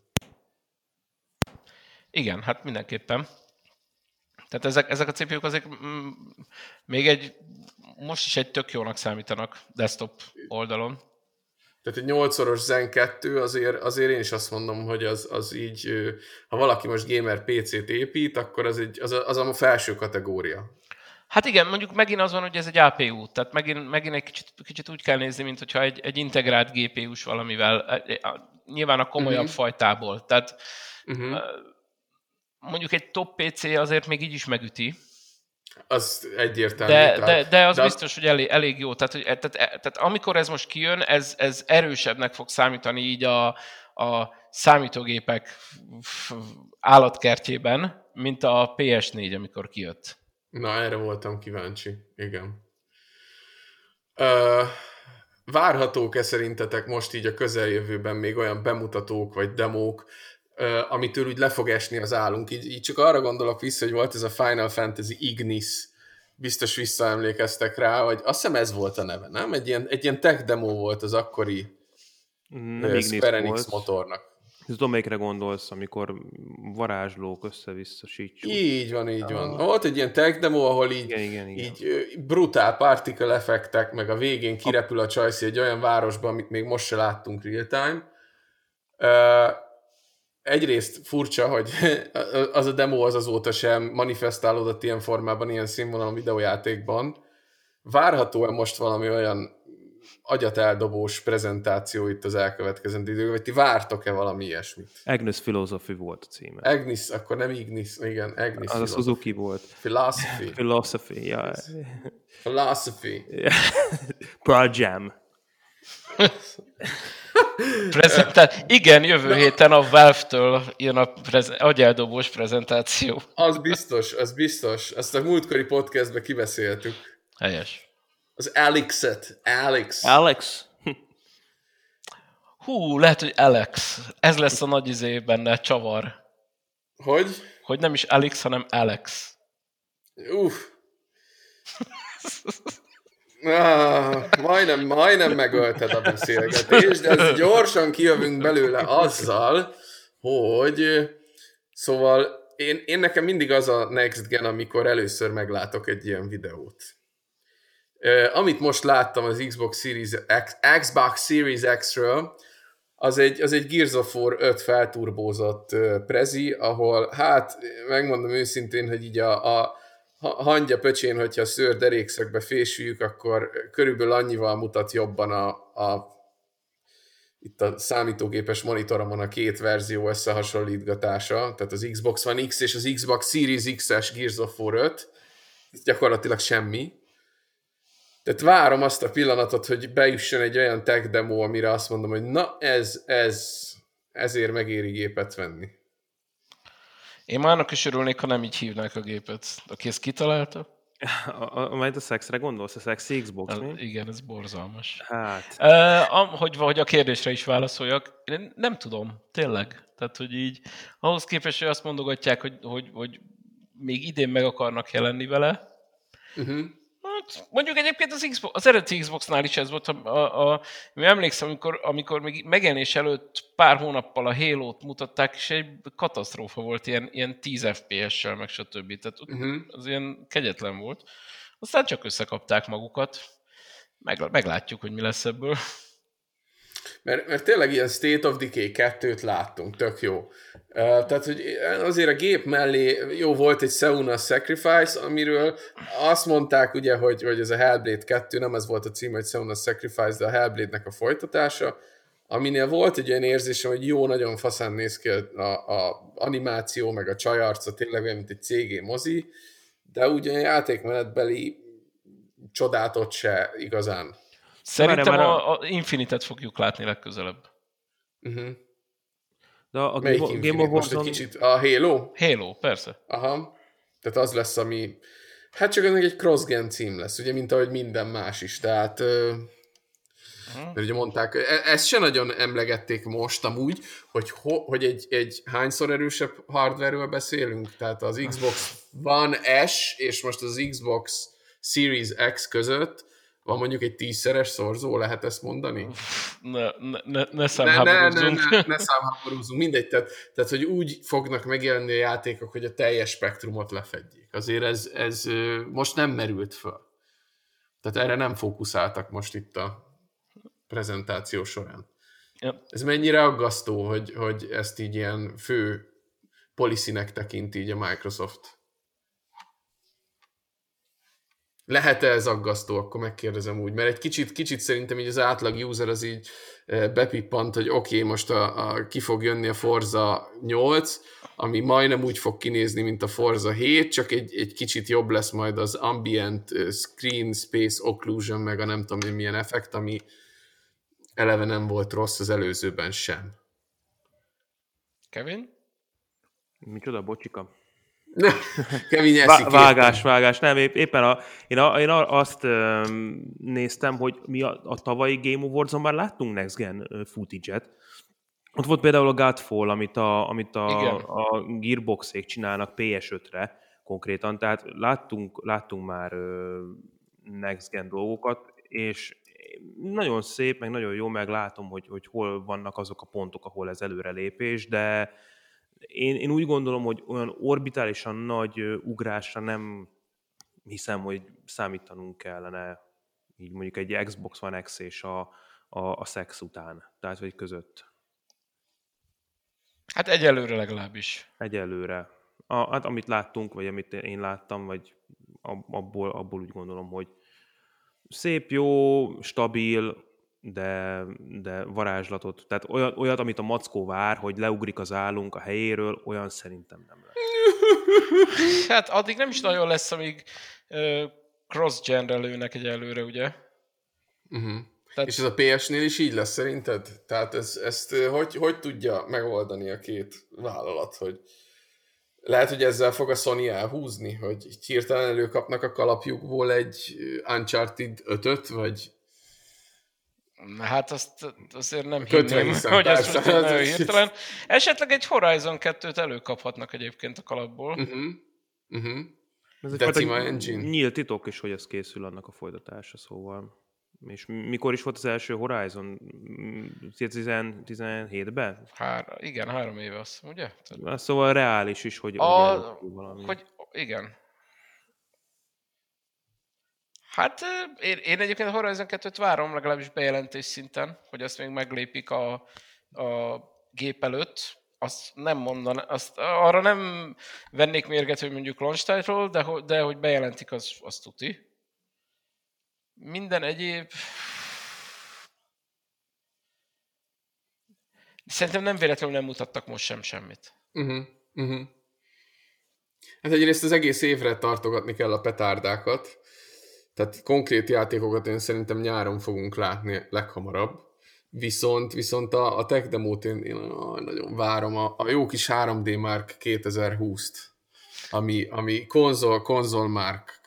Igen, hát mindenképpen. Tehát ezek, ezek a cé pé u-k azért mm, még egy, most is egy tök jónak számítanak desktop oldalon. Tehát egy nyolcszoros Zen kettő, azért, azért én is azt mondom, hogy az, az így, ha valaki most gamer pé cét épít, akkor az, egy, az, a, az a felső kategória. Hát igen, mondjuk megint az van, hogy ez egy á pé u, tehát megint, megint egy kicsit, kicsit úgy kell nézni, mint hogyha egy, egy integrált gé pé u-s valamivel, nyilván a komolyabb uh-huh. fajtából. Tehát uh-huh. mondjuk egy top pé cé azért még így is megüti. Az egyértelmű. De, tehát, de, de az de biztos, az... hogy elég, elég jó. Tehát, hogy, tehát, tehát amikor ez most kijön, ez, ez erősebbnek fog számítani így a, a számítógépek állatkertjében, mint a pé es négy, amikor kijött. Na, erre voltam kíváncsi. Igen. Uh, várhatók-e szerintetek most így a közeljövőben még olyan bemutatók vagy demók, uh, amitől úgy le fog esni az állunk? Így, így csak arra gondolok vissza, hogy volt ez a Final Fantasy Ignis, biztos visszaemlékeztek rá, vagy azt hiszem ez volt a neve, nem? Egy ilyen, egy ilyen tech demo volt az akkori uh, Square Enix motornak. Tudom, melyikre gondolsz, amikor varázslók össze-vissza sítsuk. Így van, így van. Ah. Volt egy ilyen tech demo, ahol így, igen, igen, igen. így brutál particle effektek, meg a végén kirepül a csajszi egy olyan városban, amit még most se láttunk real time. Uh, egyrészt furcsa, hogy az a demo az azóta sem manifestálódott ilyen formában, ilyen színvonalon videójátékban. Várható-e most valami olyan agyat eldobós prezentáció itt az elkövetkezendő időben, vagy ti vártok-e valami ilyesmit? Agnes Philosophy volt a címe. Agnes, akkor nem Ignis, igen, Agnes. Az a Suzuki volt. Philosophy. Philosophy, ja. Philosophy. Pearl Jam. Prezentá- igen, jövő Na. héten a Valve-től jön a prez- agyeldobós prezentáció. Az biztos, az biztos. Azt a múltkori podcastben kibeszéltük. Helyes. Az Alex-et. Alex. Alex. Hú, lehet, hogy Alex. Ez lesz a nagy izé benne, csavar. Hogy? Hogy nem is Alex, hanem Alex. Uff. Ah, majdnem, majdnem megölted a beszélgetést, de ezt gyorsan kijövünk belőle azzal, hogy szóval én, én nekem mindig az a next gen, amikor először meglátok egy ilyen videót. Uh, amit most láttam az Xbox Series X, Xbox Series X-ről, az egy, az egy Gears of War öt felturbózott uh, prezi, ahol hát megmondom őszintén, hogy így a, a hangya pöcsén, hogyha a szőr derékszögbe fésüljük, akkor körülbelül annyival mutat jobban a, a itt a számítógépes monitoromon a két verzió összehasonlítgatása, tehát az Xbox One X és az Xbox Series X-es Gears of War öt, ez gyakorlatilag semmi. Tehát várom azt a pillanatot, hogy bejusson egy olyan tech demo, amire azt mondom, hogy na ez, ez, ezért megéri gépet venni. Én már annak is örülnék, ha nem így hívnák a gépet. Aki ezt kitalálta? A, a, majd a Szexre gondolsz? A Sexy Xbox, Az, mi? igen, ez borzalmas. Hát... Uh, am, hogy, hogy a kérdésre is válaszoljak, én nem tudom, tényleg. Tehát, hogy így ahhoz képest, hogy azt mondogatják, hogy, hogy, hogy még idén meg akarnak jelenni vele. Uh-huh. Hát, mondjuk egyébként az, Xbox, az eredeti Xboxnál is ez volt. A, a, a, emlékszem, amikor, amikor még megjelenés előtt pár hónappal a Halo-t mutatták, és egy katasztrófa volt, ilyen, ilyen tíz ef pé es-sel, meg stb. Tehát uh-huh. az ilyen kegyetlen volt. Aztán csak összekapták magukat. Meg, meglátjuk, hogy mi lesz ebből. Mert, mert tényleg ilyen State of Decay kettőt láttunk, tök jó. Uh, tehát, hogy azért a gép mellé jó volt egy Senua's Sacrifice, amiről azt mondták ugye, hogy, hogy ez a Hellblade kettő, nem ez volt a cím, hogy Senua's Sacrifice, de a Hellblade-nek a folytatása, aminél volt egy olyan érzésem, hogy jó, nagyon faszán néz ki a, a, a animáció, meg a csajarca, tényleg olyan, mint egy cé gé mozi, de ugye a játékmenetbeli csodát ott se igazán. Szerintem a, a Infinitet fogjuk látni legközelebb. Uh-huh. De a Melyik Game, Infinite? Game of Most egy Warzone... kicsit a Halo? Halo, persze. Aha. Tehát az lesz, ami... Hát csak ennek egy cross-gen cím lesz, ugye, mint ahogy minden más is. Tehát... Uh... Uh-huh. Mert ugye mondták, e- ezt se nagyon emlegették most amúgy, hogy, ho- hogy egy, egy hányszor erősebb hardware-ről beszélünk. Tehát az Xbox One S és most az Xbox Series X között van mondjuk egy tízszeres szorzó, lehet ezt mondani? Ne, ne, ne, ne számháborúzzunk. Ne, ne, ne, ne számháborúzzunk, mindegy. Tehát, tehát, hogy úgy fognak megjelenni a játékok, hogy a teljes spektrumot lefedjék. Azért ez, ez most nem merült föl. Tehát erre nem fókuszáltak most itt a prezentáció során. Ja. Ez mennyire aggasztó, hogy, hogy ezt így ilyen fő policynek tekint így a Microsoft. Lehet-e ez aggasztó? Akkor megkérdezem úgy, mert egy kicsit, kicsit szerintem így az átlag user az így bepippant, hogy oké, okay, most a, a, ki fog jönni a Forza nyolc, ami majdnem úgy fog kinézni, mint a Forza hét, csak egy, egy kicsit jobb lesz majd az ambient screen space occlusion, meg a nem tudom én milyen effekt, ami eleve nem volt rossz az előzőben sem. Kevin? Micsoda, bocsika? Kevin eszik. Vá- vágás, vágás. Nem, épp, éppen a, én, a, én azt um, néztem, hogy mi a, a tavalyi Game Awards-on már láttunk Next Gen footage-et. Ott volt például a Godfall, amit a, amit a, a Gearboxék csinálnak pé es ötre konkrétan, tehát láttunk, láttunk már uh, Next Gen dolgokat, és nagyon szép, meg nagyon jó, meg látom, hogy, hogy hol vannak azok a pontok, ahol ez előrelépés, de Én, én úgy gondolom, hogy olyan orbitálisan nagy ugrásra nem hiszem, hogy számítanunk kellene így mondjuk egy Xbox One X és a, a, a Sex után, tehát vagy között. Hát egyelőre legalábbis. Egyelőre. A, hát amit láttunk, vagy amit én láttam, vagy abból, abból úgy gondolom, hogy szép, jó, stabil, de, de varázslatot, tehát olyat, olyat, amit a mackó vár, hogy leugrik az állunk a helyéről, olyan szerintem nem lesz. Hát addig nem is nagyon lesz, amíg uh, cross-gen-re lőnek egyelőre, ugye? Uh-huh. Tehát... És ez a pé es-nél is így lesz szerinted? Tehát ez, ezt hogy, hogy tudja megoldani a két vállalat, hogy lehet, hogy ezzel fog a Sony elhúzni, hogy hirtelen előkapnak a kalapjukból egy Uncharted ötöt, vagy... Hát azt azért nem hinném, hogy ezt most nagyon hirtelen. Esetleg egy Horizon kettőt előkaphatnak egyébként a kalapból. Uh-huh. Uh-huh. Ez Decima Engine. Nyílt titok is, hogy ez készül annak a folytatása, szóval. És mikor is volt az első Horizon? tizenhétben? Hár, igen, három éve azt, ugye? Szóval reális is, hogy... A, valami. Hogy igen. Hát én, én egyébként a Horizon kettőt várom, legalábbis bejelentés szinten, hogy azt még meglépik a, a gép előtt. Azt nem mondaná, azt arra nem vennék mérget, hogy mondjuk launch title, de, de hogy bejelentik, az, az tuti. Minden egyéb... Szerintem nem véletlenül nem mutattak most sem semmit. Uh-huh. Uh-huh. Hát egyrészt az egész évre tartogatni kell a petárdákat. Tehát konkrét játékokat én szerintem nyáron fogunk látni leghamarabb. Viszont, viszont a, a tech demót én, én nagyon várom. A, a jó kis három dé Mark kétezer-húst, ami, ami konzol, konzol Mark.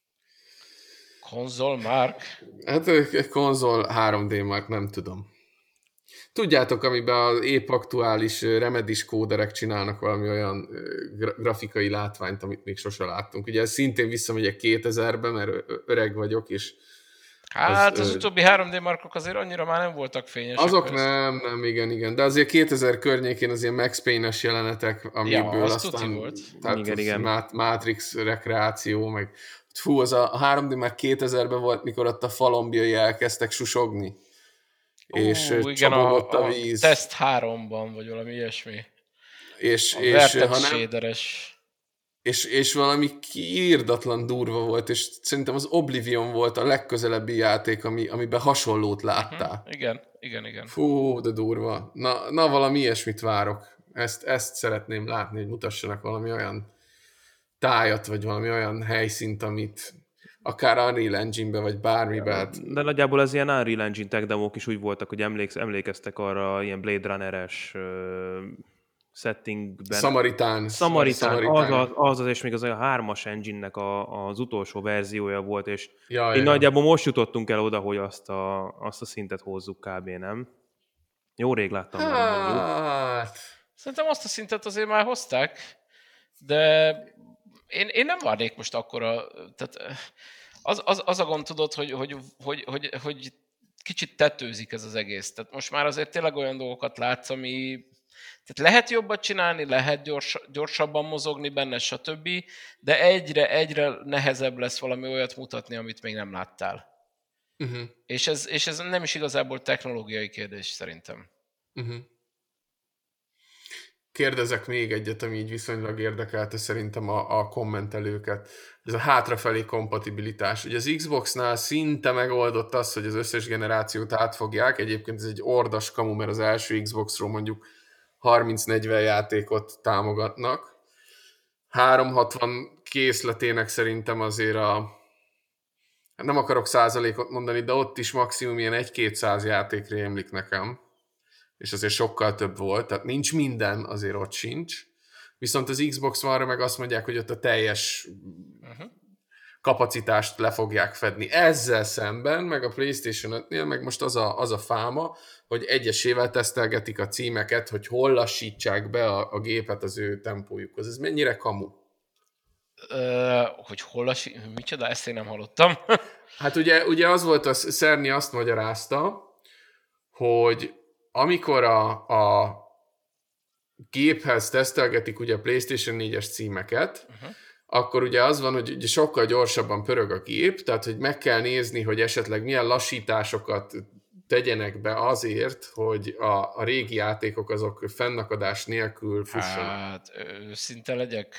Konzol Mark? Hát egy konzol három dé Mark, nem tudom. Tudjátok, amiben az épp aktuális Remedis kóderek csinálnak valami olyan grafikai látványt, amit még sose láttunk. Ugye szintén visszamegyek kétezerbe, mert öreg vagyok, és hát az, az utóbbi három dé Markok azért annyira már nem voltak fényesek. Azok nem, nem, igen, igen. De azért kétezer környékén az ilyen Max Payne-es jelenetek, amiből ja, az aztán... volt. Tehát igen, az igen. Matrix rekreáció, meg... Fú, az a három dé már kétezerben volt, mikor ott a falombiai elkezdtek susogni. Ú, és igen, csobogott a, a, a víz. Test háromban, vagy valami ilyesmi. És, a és, Vertex ha nem, shaderes. és, és valami kiírdatlan durva volt, és szerintem az Oblivion volt a legközelebbi játék, ami, amiben hasonlót láttál. Uh-huh. Igen, igen, igen. Fú, de durva. Na, na valami ilyesmit várok. Ezt, ezt szeretném látni, hogy mutassanak valami olyan tájat, vagy valami olyan helyszínt, amit akár Unreal Engine-be, vagy bármibe. Hát... De nagyjából az ilyen Unreal Engine tech demók is úgy voltak, hogy emléksz, emlékeztek arra ilyen Blade Runner-es uh, settingben. Samaritán. Samaritán, az az, az, az, és még az olyan hármas engine-nek a, az utolsó verziója volt, és ja, így ja. nagyjából most jutottunk el oda, hogy azt a, azt a szintet hozzuk kb. Nem? Jó rég láttam. Hát... Szerintem azt a szintet azért már hozták, de én, én nem várnék most akkora, tehát az, az, az a gond tudod, hogy, hogy, hogy, hogy, hogy kicsit tetőzik ez az egész. Tehát most már azért tényleg olyan dolgokat látsz, ami tehát lehet jobbat csinálni, lehet gyors, gyorsabban mozogni benne, stb., de egyre, egyre nehezebb lesz valami olyat mutatni, amit még nem láttál. Uh-huh. És, ez, és ez nem is igazából technológiai kérdés szerintem. Uh-huh. Kérdezek még egyet, ami így viszonylag érdekelte szerintem a, a kommentelőket. Ez a hátrafelé kompatibilitás. Ugye az Xboxnál szinte megoldott az, hogy az összes generációt átfogják. Egyébként ez egy ordas kamu, mert az első Xboxról mondjuk harminc-negyven játékot támogatnak. háromszázhatvan készletének szerintem azért a... Nem akarok százalékot mondani, de ott is maximum ilyen egy-kétszáz játék rémlik nekem. És azért sokkal több volt, tehát nincs minden, azért ott sincs. Viszont az Xbox One-ra meg azt mondják, hogy ott a teljes uh-huh. kapacitást le fogják fedni. Ezzel szemben, meg a PlayStation ötnél, meg most az a, az a fáma, hogy egyesével tesztelgetik a címeket, hogy hol lassítsák be a, a gépet az ő tempójukhoz. Ez mennyire kamu? Uh, hogy hol lassít? Micsoda? Ezt én nem hallottam. Hát ugye, ugye az volt, a Cerny azt magyarázta, hogy amikor a, a géphez tesztelgetik ugye a PlayStation négyes címeket, uh-huh. akkor ugye az van, hogy ugye sokkal gyorsabban pörög a gép, tehát hogy meg kell nézni, hogy esetleg milyen lassításokat tegyenek be azért, hogy a, a régi játékok azok fennakadás nélkül fussanak. Hát, őszinte legyek.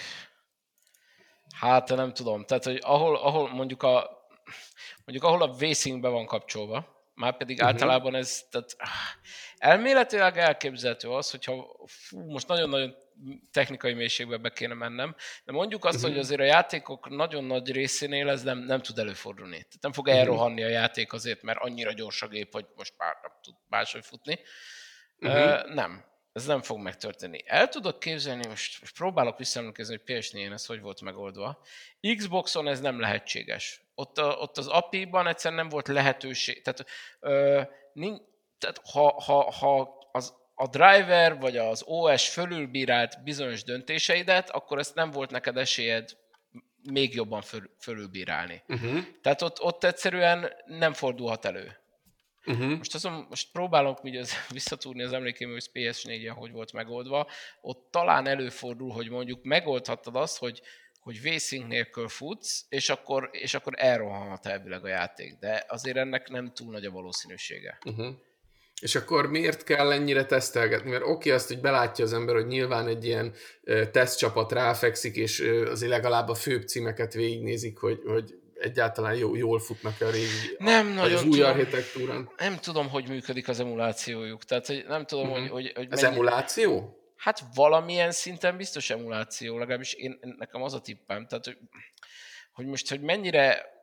Hát, nem tudom. Tehát, hogy ahol, ahol mondjuk a mondjuk ahol a V-Sync be van kapcsolva, már pedig uh-huh. általában ez, tehát elméletileg elképzelhető az, hogyha fú, most nagyon-nagyon technikai mélységbe be kéne mennem, de mondjuk azt, uh-huh. hogy azért a játékok nagyon nagy részénél ez nem, nem tud előfordulni. Tehát nem fog uh-huh. elrohanni a játék azért, mert annyira gyors a gép, hogy most már nem tud máshogy futni. Uh-huh. Uh, nem. Ez nem fog megtörténni. El tudok képzelni, most, most próbálok visszaemlékezni, hogy pé es négyen ez hogy volt megoldva. Xboxon ez nem lehetséges. Ott, a, ott az á pé i-ban egyszerűen nem volt lehetőség. Tehát, ö, nincs, tehát ha, ha, ha az, a driver vagy az o es fölülbírált bizonyos döntéseidet, akkor ezt nem volt neked esélyed még jobban föl, fölülbírálni. Uh-huh. Tehát ott, ott egyszerűen nem fordulhat elő. Uh-huh. Most, azon, most próbálok így az, visszatúrni az emlékeim, hogy pé es négyen hogy volt megoldva. Ott talán előfordul, hogy mondjuk megoldhattad azt, hogy, hogy V-Sync nélkül futsz, és akkor, és akkor elrohanhat elvileg a játék. De azért ennek nem túl nagy a valószínűsége. Uh-huh. És akkor miért kell ennyire tesztelgetni? Mert oké, okay, azt, hogy belátja az ember, hogy nyilván egy ilyen uh, tesztcsapat ráfekszik, és uh, azért legalább a főbb címeket végignézik, hogy, hogy egyáltalán jó, jól futnak a régi, nem vagy az új tudom, architektúrán. Nem tudom, hogy működik az emulációjuk. Tehát, hogy nem tudom, uh-huh. hogy, hogy, hogy... Az mennyi... emuláció? Hát valamilyen szinten biztos emuláció, legalábbis én, nekem az a tippem. Tehát, hogy, hogy most, hogy mennyire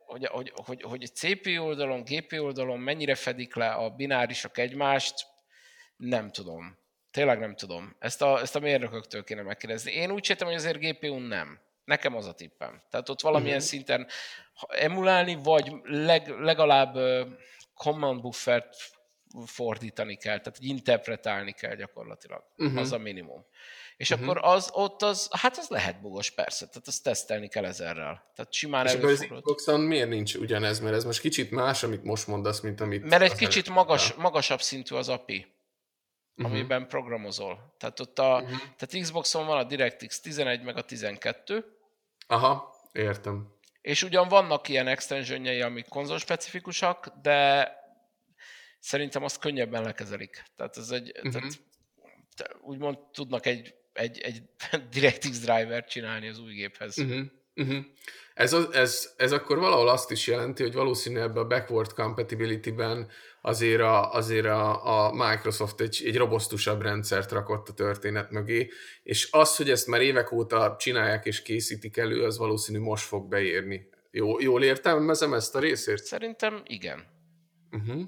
hogy, hogy, hogy, hogy cé pé u oldalon, gé pé u oldalon mennyire fedik le a binárisok egymást, nem tudom. Tényleg nem tudom. Ezt a, ezt a mérnököktől kéne megkérdezni. Én úgy sejtem, hogy azért gé pé u-n nem. Nekem az a tippem. Tehát ott valamilyen uh-huh. szinten emulálni, vagy leg, legalább uh, command buffert fordítani kell, tehát interpretálni kell gyakorlatilag. Uh-huh. Az a minimum. És uh-huh. akkor az ott az, hát az lehet bugos, persze, tehát azt tesztelni kell ezerrel. Tehát simán és előfordul. És akkor az Xboxon miért nincs ugyanez, mert ez most kicsit más, amit most mondasz, mint amit... Mert egy kicsit magas, magasabb szintű az á pé i, uh-huh. amiben programozol. Tehát ott a, uh-huh. tehát Xboxon van a DirectX tizenegy meg a tizenkettő. Aha, értem. És ugyan vannak ilyen extensionjei, amik konzolspecifikusak, de szerintem azt könnyebben lekezelik. Tehát ez egy, uh-huh. tehát, úgymond tudnak egy, egy, egy DirectX drivert csinálni az új géphez. Uh-huh. Uh-huh. Ez, az, ez, ez akkor valahol azt is jelenti, hogy valószínűleg ebben a backward compatibility-ben azért a, azért a, a Microsoft egy, egy robosztusabb rendszert rakott a történet mögé, és az, hogy ezt már évek óta csinálják és készítik elő, az valószínű most fog beérni. Jó, jól értelmezem ezt a részét? Szerintem igen. Uh-huh.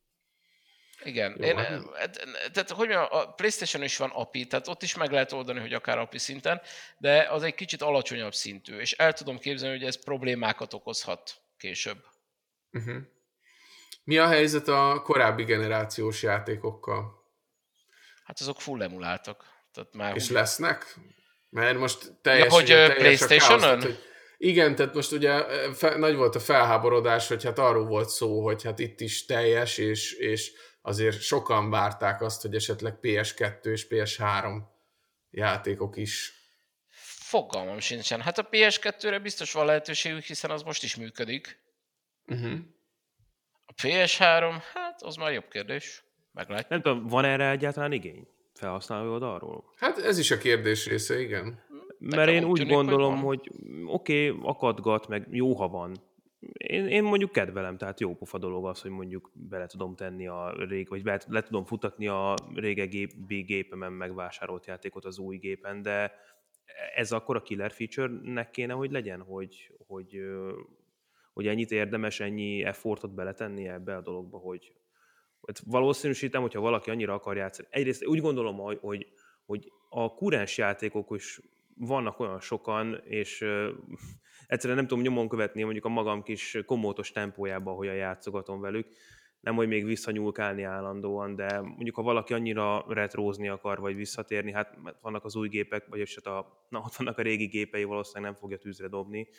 Igen. Én, tehát, hogy mondjam, a PlayStation is van á pé i, tehát ott is meg lehet oldani, hogy akár á pé i szinten, de az egy kicsit alacsonyabb szintű, és el tudom képzelni, hogy ez problémákat okozhat később. Uh-huh. Mi a helyzet a korábbi generációs játékokkal? Hát azok full emuláltak. Tehát már és úgy... lesznek? Mert most teljes, ja, hogy ugye, PlayStation-ön? Hogy... Igen, tehát most ugye fe, nagy volt a felháborodás, hogy hát arról volt szó, hogy hát itt is teljes, és, és azért sokan várták azt, hogy esetleg pé es kettő és pé es három játékok is. Fogalmam sincsen. Hát a pé es kettőre biztos van lehetőségük, hiszen az most is működik. Uh-huh. A pé es három, hát az már jobb kérdés. Meglátjuk. Nem tudom, van erre egyáltalán igény felhasználói oldalról? Hát ez is a kérdés része, igen. Mert én úgy, úgy gondolom, hogy, hogy oké, okay, akadgat, meg jó, ha van. Én, én mondjuk kedvelem, tehát jó pofa dolog az, hogy mondjuk bele tudom tenni a rég, vagy le, le tudom futatni a régebbi gépemen megvásárolt játékot az új gépen, de ez akkor a killer feature-nek kéne, hogy legyen, hogy, hogy, hogy ennyit érdemes, ennyi effortot beletenni ebbe a dologba, hogy valószínűsítem, hogyha valaki annyira akar játszani. Egyrészt úgy gondolom, hogy, hogy, hogy a kurens játékok is vannak olyan sokan, és uh, egyszerűen nem tudom nyomon követni mondjuk a magam kis komótos tempójában, hogyan játszogatom velük. Nem, hogy még visszanyúlkálni állandóan, de mondjuk ha valaki annyira retrózni akar, vagy visszatérni, hát vannak az új gépek, vagyis hát a, na, ott vannak a régi gépei, valószínűleg nem fogja tűzre dobni.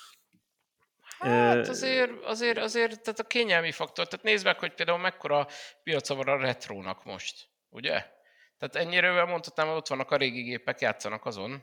Hát azért, azért, azért, tehát a kényelmi faktor, tehát nézd meg, hogy például mekkora piaca van a retrónak most, ugye? Tehát ennyire mondhatnám, hogy ott vannak a régi gépek, játszanak azon.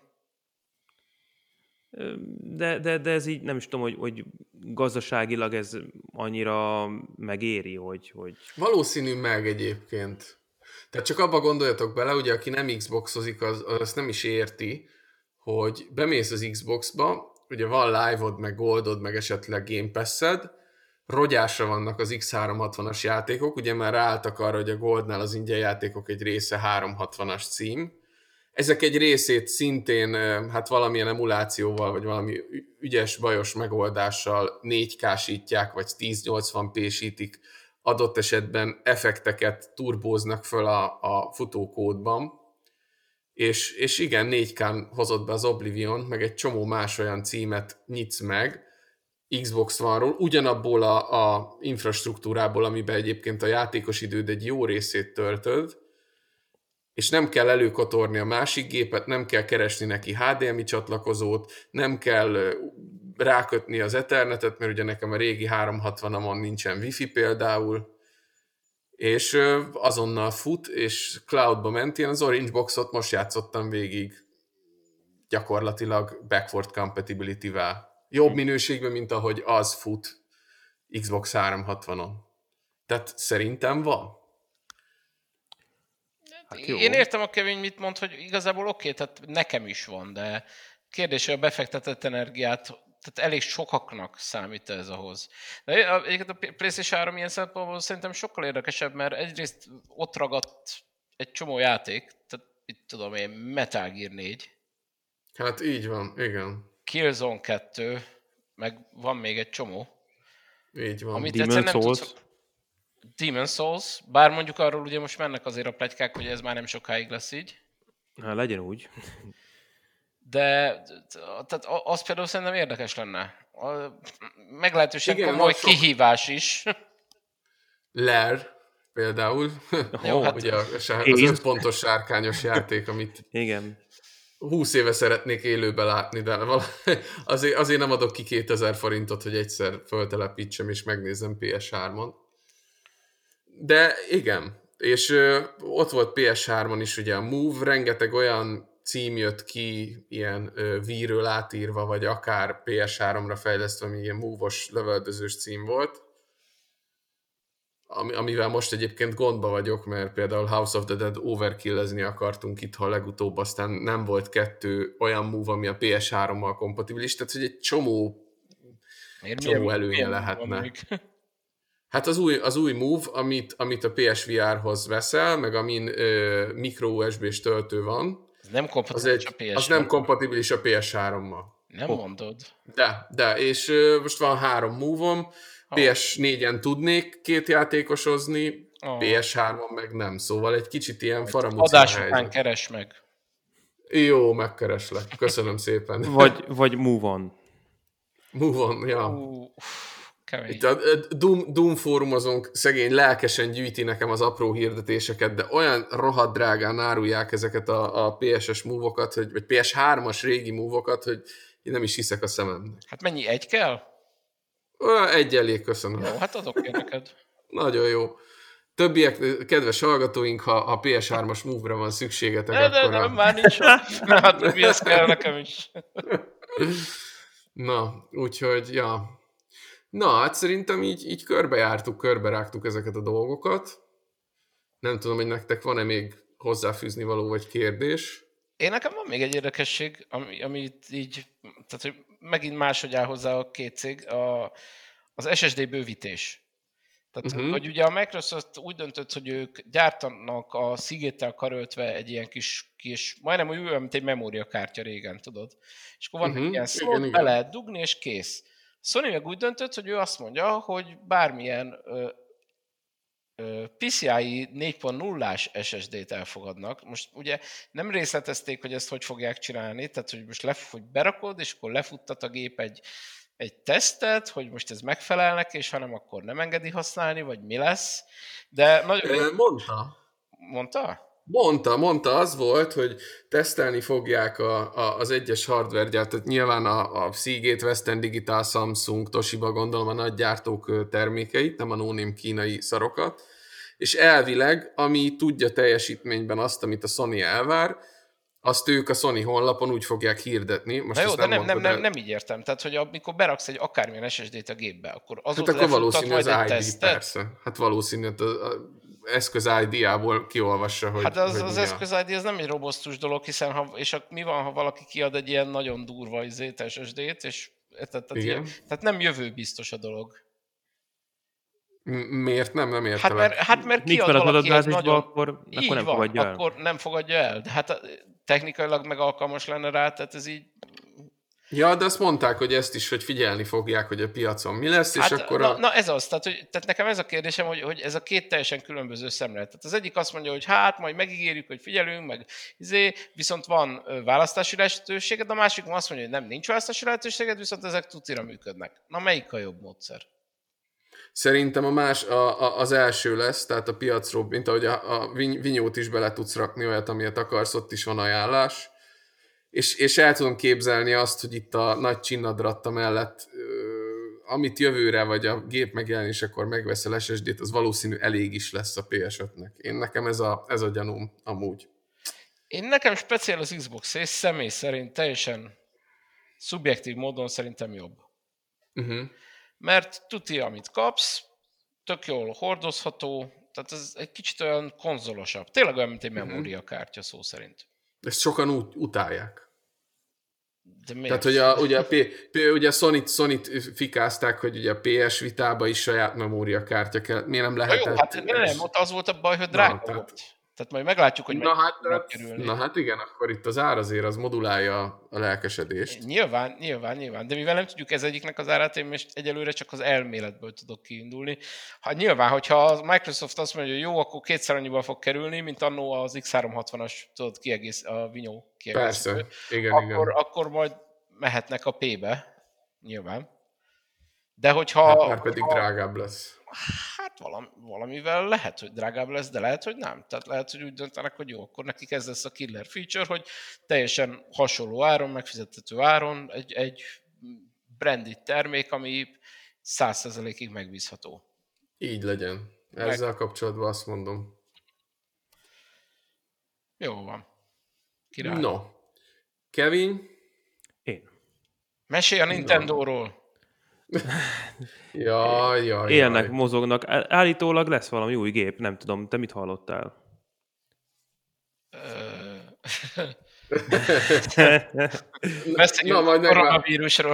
De, de, de ez így nem is tudom, hogy, hogy gazdaságilag ez annyira megéri, hogy, hogy... Valószínű meg egyébként. Tehát csak abba gondoljatok bele, ugye aki nem Xboxozik, az, az azt nem is érti, hogy bemész az Xboxba, ugye van live-od, meg goldod, meg esetleg Game Pass-ed, rogyásra vannak az iksz háromszázhatvanas játékok, ugye már ráálltak arra, hogy a Goldnál az ingyen játékok egy része háromszázhatvanas cím. Ezek egy részét szintén hát valamilyen emulációval, vagy valami ügyes, bajos megoldással négy ká-sítják, vagy ezernyolcvan pé-sítik, adott esetben effekteket turbóznak föl a, a futókódban. És, és igen, négy kán hozott be az Oblivion, meg egy csomó más olyan címet nyitsz meg Xbox One-ról, ugyanabból a, a infrastruktúrából, amiben egyébként a játékos időd egy jó részét töltöd, és nem kell előkotorni a másik gépet, nem kell keresni neki há dé em i csatlakozót, nem kell rákötni az Ethernetet, mert ugye nekem a régi háromszázhatvanamon nincsen Wi-Fi például, és azonnal fut, és cloudba ment. Én az Orange Boxot most játszottam végig gyakorlatilag backward compatibility-vel. Jobb minőségben, mint ahogy az fut Xbox háromszázhatvanon. Tehát szerintem van. Hát én értem a Kevin mit mond, hogy igazából oké, okay, tehát nekem is van, de kérdés, hogy a befektetett energiát, tehát elég sokaknak számít ez ahhoz. De egyébként a PlayStation három ilyen szempontból szerintem sokkal érdekesebb, mert egyrészt ott ragadt egy csomó játék, tehát itt tudom én, Metal Gear négy. Hát így van, igen. Killzone kettő, meg van még egy csomó. Így van. Amit Demon's egyszer nem Souls. tudsz... Demon's Souls, bár mondjuk arról ugye most mennek azért a pletykák, hogy ez már nem sokáig lesz így. Hát legyen úgy. De tehát az például szerintem érdekes lenne. A, meglehetősen Igen, komoly sok- kihívás is. Lair például. Jó, hát- Ugye az Én- öt pontos sárkányos játék, amit Igen. húsz éve szeretnék élőben látni, de vala- azért, azért nem adok ki kétezer forintot, hogy egyszer föltelepítsem és megnézem pé es hármon. De igen, és ö, ott volt pé es hármon is ugye a Move, rengeteg olyan cím jött ki, ilyen ö, Wii-ről átírva, vagy akár pé es háromra fejlesztve, ami ilyen Move-os lövöldözős cím volt. Ami, amivel most egyébként gondba vagyok, mert például House of the Dead overkill-ezni akartunk itthon legutóbb, aztán nem volt kettő olyan Move, ami a pé es hárommal kompatibilis, tehát hogy egy csomó, Miért? csomó Milyen- előnye milyen lehetne. van még? Hát az új, az új Move, amit, amit a pé es vé er-hoz veszel, meg amin ö, micro u es bé-s töltő van, Ez nem az, kompatibilis egy, a pé es az nem kompatibilis a pé es hárommal. Nem mondod. De, de, és ö, most van három Move-om, pé es négyen tudnék két játékosozni, Oh. pé es hármon meg nem, szóval egy kicsit ilyen faramúci a Adás után helyzet. keres meg. Jó, megkereslek. Köszönöm szépen. Vagy, vagy Move On. Move on, ja. Ú, uff, kemény. Itt a a Doom, Doom fórumozónk szegény lelkesen gyűjti nekem az apró hirdetéseket, de olyan rohadt drágán árulják ezeket a, a pé es-es move-okat, hogy, vagy pé es hármas régi move-okat, hogy én nem is hiszek a szememnek. Hát mennyi, egy kell? Olyan egy elég, köszönöm. Jó, hát adok én neked. Nagyon jó. Többiek, kedves hallgatóink, ha a pé es hármas move-ra van szükségetek, De, de, akkor de, a... már nincs. Hát mihez kell nekem is. Na, úgyhogy, ja. Na, hát szerintem így, így körbejártuk, körberágtuk ezeket a dolgokat. Nem tudom, hogy nektek van-e még hozzáfűzni való vagy kérdés. Én nekem van még egy érdekesség, ami, amit így, tehát hogy megint máshogy áll hozzá a két cég, a, az es es dé bővítés. Tehát, Mhm. uh-huh. hogy ugye a Microsoft úgy döntött, hogy ők gyártanak a Seagate-tel karöltve egy ilyen kis, kis majdnem olyan, mint egy memóriakártya régen, tudod. És akkor van Mhm. uh-huh. ilyen Igen, slot, igen. be lehet dugni, és kész. Sony meg úgy döntött, hogy ő azt mondja, hogy bármilyen ö, ö, pé cé i négy pont nullás es es dét elfogadnak. Most ugye nem részletezték, hogy ezt hogy fogják csinálni, tehát hogy most lef, hogy berakod, és akkor lefuttat a gép egy, egy tesztet, hogy most ez megfelel neki, és ha nem, akkor nem engedi használni, vagy mi lesz. De nagyon... Ö, Mondta. Mondta? Mondta, mondta, az volt, hogy tesztelni fogják a, a, az egyes hardware gyártót, nyilván a, a Seagate, Western Digital, Samsung, Toshiba, gondolom a nagy gyártók ö, termékeit, nem a no-name kínai szarokat, és elvileg, ami tudja teljesítményben azt, amit a Sony elvár, azt ők a Sony honlapon úgy fogják hirdetni. Most Na jó, ezt de nem, nem, mondtad nem, el. nem így értem. Tehát, hogy amikor beraksz egy akármilyen es es dét a gépbe, akkor azon Hát akkor lefuttat valószínű majd az egy i dé, tesztet. persze. Hát valószínű, hogy az a eszköz i dé-ából kiolvassa, hogy... Hát az, hogy az mi a- eszköz i dé ez nem egy robosztus dolog, hiszen ha, és a, mi van, ha valaki kiad egy ilyen nagyon durva izét, es es dét, és tehát, tehát, Igen. ilyen, tehát nem jövőbiztos a dolog. M- Miért nem? Nem Hát értelek. mert, hát mert Nincs kiad veled valaki egy adatbázisba, nagyon... akkor, Így akkor nem van, fogadja el. akkor nem fogadja el. De hát a- technikailag meg alkalmas lenne rá, tehát ez így... Ja, de azt mondták, hogy ezt is, hogy figyelni fogják, hogy a piacon mi lesz, Hát, és akkor na, a... na ez az, tehát, hogy, tehát nekem ez a kérdésem, hogy, hogy ez a két teljesen különböző szemlélet. Tehát az egyik azt mondja, hogy hát majd megígérjük, hogy figyelünk, meg izé, viszont van ö, választási lehetőséged, a másik azt mondja, hogy nem, nincs választási lehetőséged, viszont ezek tucira működnek. Na melyik a jobb módszer? Szerintem a más, a, a, az első lesz, tehát a piacról, mint ahogy a, a viny- vinyót is bele tudsz rakni olyat, amilyet akarsz, ott is van ajánlás. És, és el tudom képzelni azt, hogy itt a nagy csinnadratta mellett, ö, amit jövőre, vagy a gép megjelenésekor megveszel es es dét, az valószínű elég is lesz a pé es ötnek. Én nekem ez a, ez a gyanúm amúgy. Én nekem speciál az Xbox, és személy szerint teljesen szubjektív módon szerintem jobb. Uh-huh. Mert tuti, amit kapsz, tök jól hordozható, tehát ez egy kicsit olyan konzolosabb. Tényleg olyan, mint egy memóriakártya szó szerint. Ezt sokan úgy utálják. De miért? Tehát, hogy a, ugye a, P, P, ugye a Sony-t, Sony-t fikázták, hogy ugye a pé es Vitába is saját memóriakártya kell. Miért nem Na lehetett? jó, hát nem, nem, ott az volt a baj, hogy drága Na, volt. Tehát majd meglátjuk, hogy Na hát, fognak kerülni. na hát igen, akkor itt az ár azért az modulálja a lelkesedést. Nyilván, nyilván, nyilván. De mivel nem tudjuk ez egyiknek az árát, én most egyelőre csak az elméletből tudok kiindulni. Hát nyilván, hogyha a Microsoft azt mondja, hogy jó, akkor kétszer annyiba fog kerülni, mint annó az X háromszázhatvanas, tudod, kiegész, a Vinyó kiegészítő. Persze, igen, akkor, igen. akkor majd mehetnek a P-be, nyilván. De hogyha... Hát már pedig ha, drágább lesz. Hát valami, valamivel lehet, hogy drágább lesz, de lehet, hogy nem. Tehát lehet, hogy úgy döntenek, hogy jó, akkor nekik ez lesz a killer feature, hogy teljesen hasonló áron, megfizethető áron egy, egy branded termék, ami száz százalékig megbízható. Így legyen. Ezzel Meg... kapcsolatban azt mondom. Jó van. Király. No. Kevin? Én. Mesélj a Nintendóról. Jaj, jaj, Élnek, jaj. mozognak. Állítólag lesz valami új gép, nem tudom. Te mit hallottál? Beszéljünk a koronavírusról.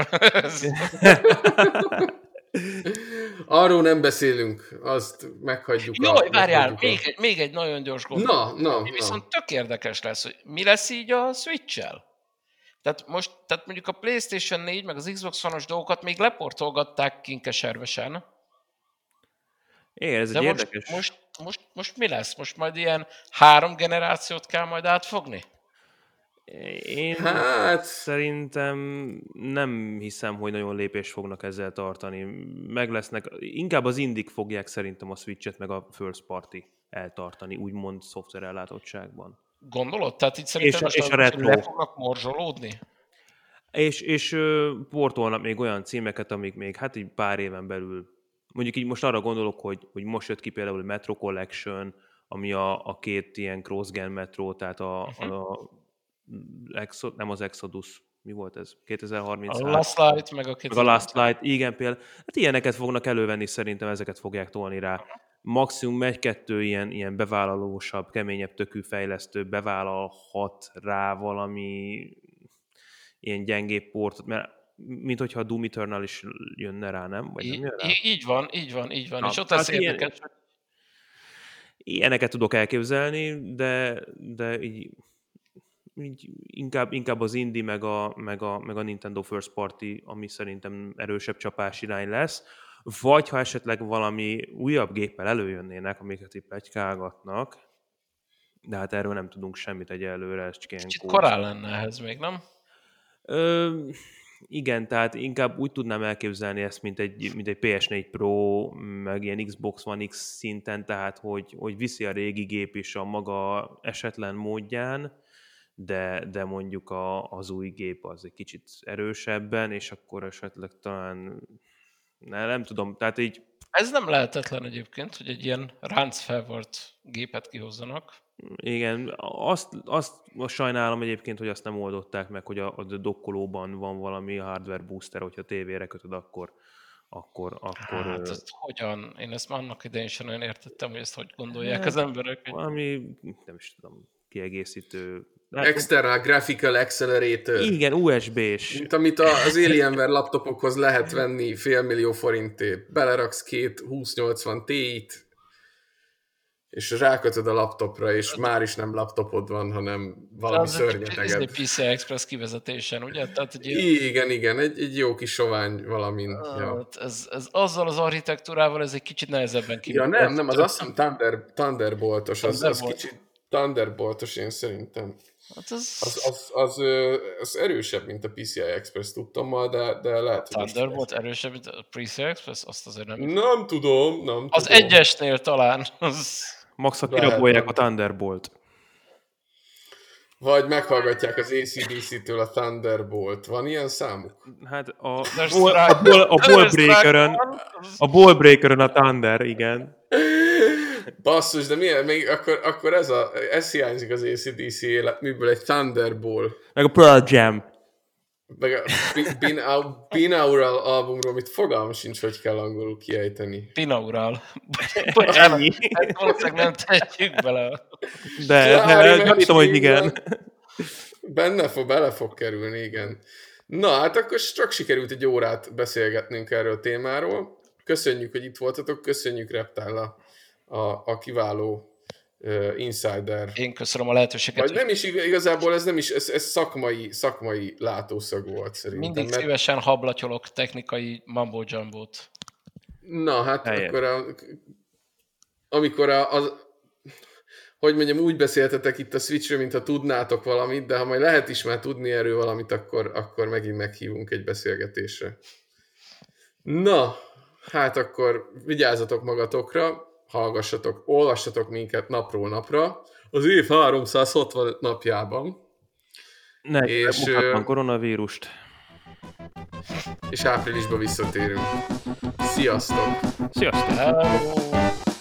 Arról nem beszélünk, azt meghagyjuk. Jaj, várjál, még egy, még egy nagyon gyors gondolat. Na, na, ami viszont na. tök érdekes lesz, hogy mi lesz így a Switch-el? Tehát most, tehát mondjuk a PlayStation négy meg az Xbox One-os dolgokat még leportolgatták kinkeservesen. É, ez de egy most, érdekes... most, most, most mi lesz? Most majd ilyen három generációt kell majd átfogni? Én hát... szerintem nem hiszem, hogy nagyon lépést fognak ezzel tartani. Meg lesznek, inkább az indik fogják szerintem a Switch-et meg a first party eltartani, úgymond szoftverellátottságban. Gondolod? Tehát itt szerintem és, most és az, a retro. le fognak morzsolódni? És, és uh, portolnak még olyan címeket, amik még hát így pár éven belül, mondjuk így most arra gondolok, hogy, hogy most jött ki például a Metro Collection, ami a, a két ilyen cross-gen Metro, tehát a, uh-huh. a Exo, nem az Exodus, mi volt ez? kétezer-harminc. A Last Light, meg a kétezer-harminc. Meg a Last Light, igen például. Hát ilyeneket fognak elővenni, szerintem ezeket fogják tolni rá. Maximum egy-kettő ilyen, ilyen bevállalósabb, keményebb tökű fejlesztő bevállalhat rá valami ilyen gyengébb portot, mert mint hogyha a Doom Eternal is jönne rá, nem? Vagy így, nem jön rá? Így van, így van, így van. Na, és ott lesz hát érdekes. Ilyen, ilyeneket tudok elképzelni, de, de így, így inkább, inkább az indie meg a, meg, a, meg a Nintendo First Party, ami szerintem erősebb csapás irány lesz. Vagy ha esetleg valami újabb géppel előjönnének, amiket itt pletykálgatnak, de hát erről nem tudunk semmit egyelőre. Ez csak Kicsit korán lenne ehhez még, nem? Ö, igen, tehát inkább úgy tudnám elképzelni ezt, mint egy, mint egy pé es négy Pro, meg ilyen Xbox One X szinten, tehát hogy, hogy viszi a régi gép is a maga esetlen módján, de, de mondjuk a, az új gép az egy kicsit erősebben, és akkor esetleg talán, ne, nem tudom, tehát így... Ez nem lehetetlen egyébként, hogy egy ilyen ráncfelvart gépet kihozzanak. Igen, azt, azt sajnálom egyébként, hogy azt nem oldották meg, hogy a, a dokkolóban van valami hardware booster, hogyha tévére kötöd, akkor... akkor, akkor hát ezt hogyan? Én ezt már annak idején sem olyan értettem, hogy ezt hogy gondolják az emberek. Hogy... Valami, nem is tudom, kiegészítő... External Graphical Accelerator. Igen, u es bé-s. Mint amit az Alienware laptopokhoz lehet venni félmillió forintért. Beleraksz két húsz nyolcvan Ti-t, és rákötöd a laptopra, és már is nem laptopod van, hanem valami szörnyeteged. Ez egy pé cé Express kivezetésen, ugye? Tehát, egy igen, igen, egy, egy jó kis sovány valamin. Uh, ja. ez, ez azzal az architektúrával ez egy kicsit nehezebben kivezető. Ja nem, nem, az azt hiszem Thunder, Thunderboltos, az, Thunderbolt. az kicsit Thunderboltos én szerintem. Hát az... Az, az, az, az erősebb, mint a pé cé i Express tudtommal, de, de lehet, hogy... Thunderbolt erősebb, mint a pé cé Express? Azt azért nem... Nem tudom, nem az tudom. egyesnél talán. Az... Max, ha kirabolják a Thunderbolt. Vagy meghallgatják az á cé dé cé-től a Thunderbolt. Van ilyen számuk? Hát a, a, a, ball, a ballbreakeren a ballbreakeren a Thunder, igen. Basszus, de milyen, még akkor, akkor ez, a, ez hiányzik az á cé dé cé életműből, egy Thunderball. Meg a Pearl Jam. Meg a Binaural albumról, amit fogalmam sincs, hogy kell angolul kiejteni. Binaural. Bocsánat, ezt valószínűleg nem tehetjük bele. De, de gyanítom, hogy igen. Benne fog, bele fog kerülni, igen. Na, hát akkor csak sikerült egy órát beszélgetnünk erről a témáról. Köszönjük, hogy itt voltatok, köszönjük Reptile a, a, a kiváló uh, insider. Én köszönöm a lehetőséget. Vagy nem is igazából, ez nem is, ez, ez szakmai, szakmai látószög volt szerintem. Mindig mert... szívesen hablatyolok technikai mambo-jambót. Na, hát Helyet. akkor a, amikor a, az, hogy mondjam, úgy beszéltetek itt a Switchről, mintha tudnátok valamit, de ha majd lehet is már tudni erről valamit, akkor, akkor megint meghívunk egy beszélgetésre. Na, hát akkor vigyázzatok magatokra, hallgassatok, olvassatok minket napról napra, az év háromszázhatvan napjában. Ne, és, mutatlan koronavírust. És áprilisban visszatérünk. Sziasztok! Sziasztok! Hello.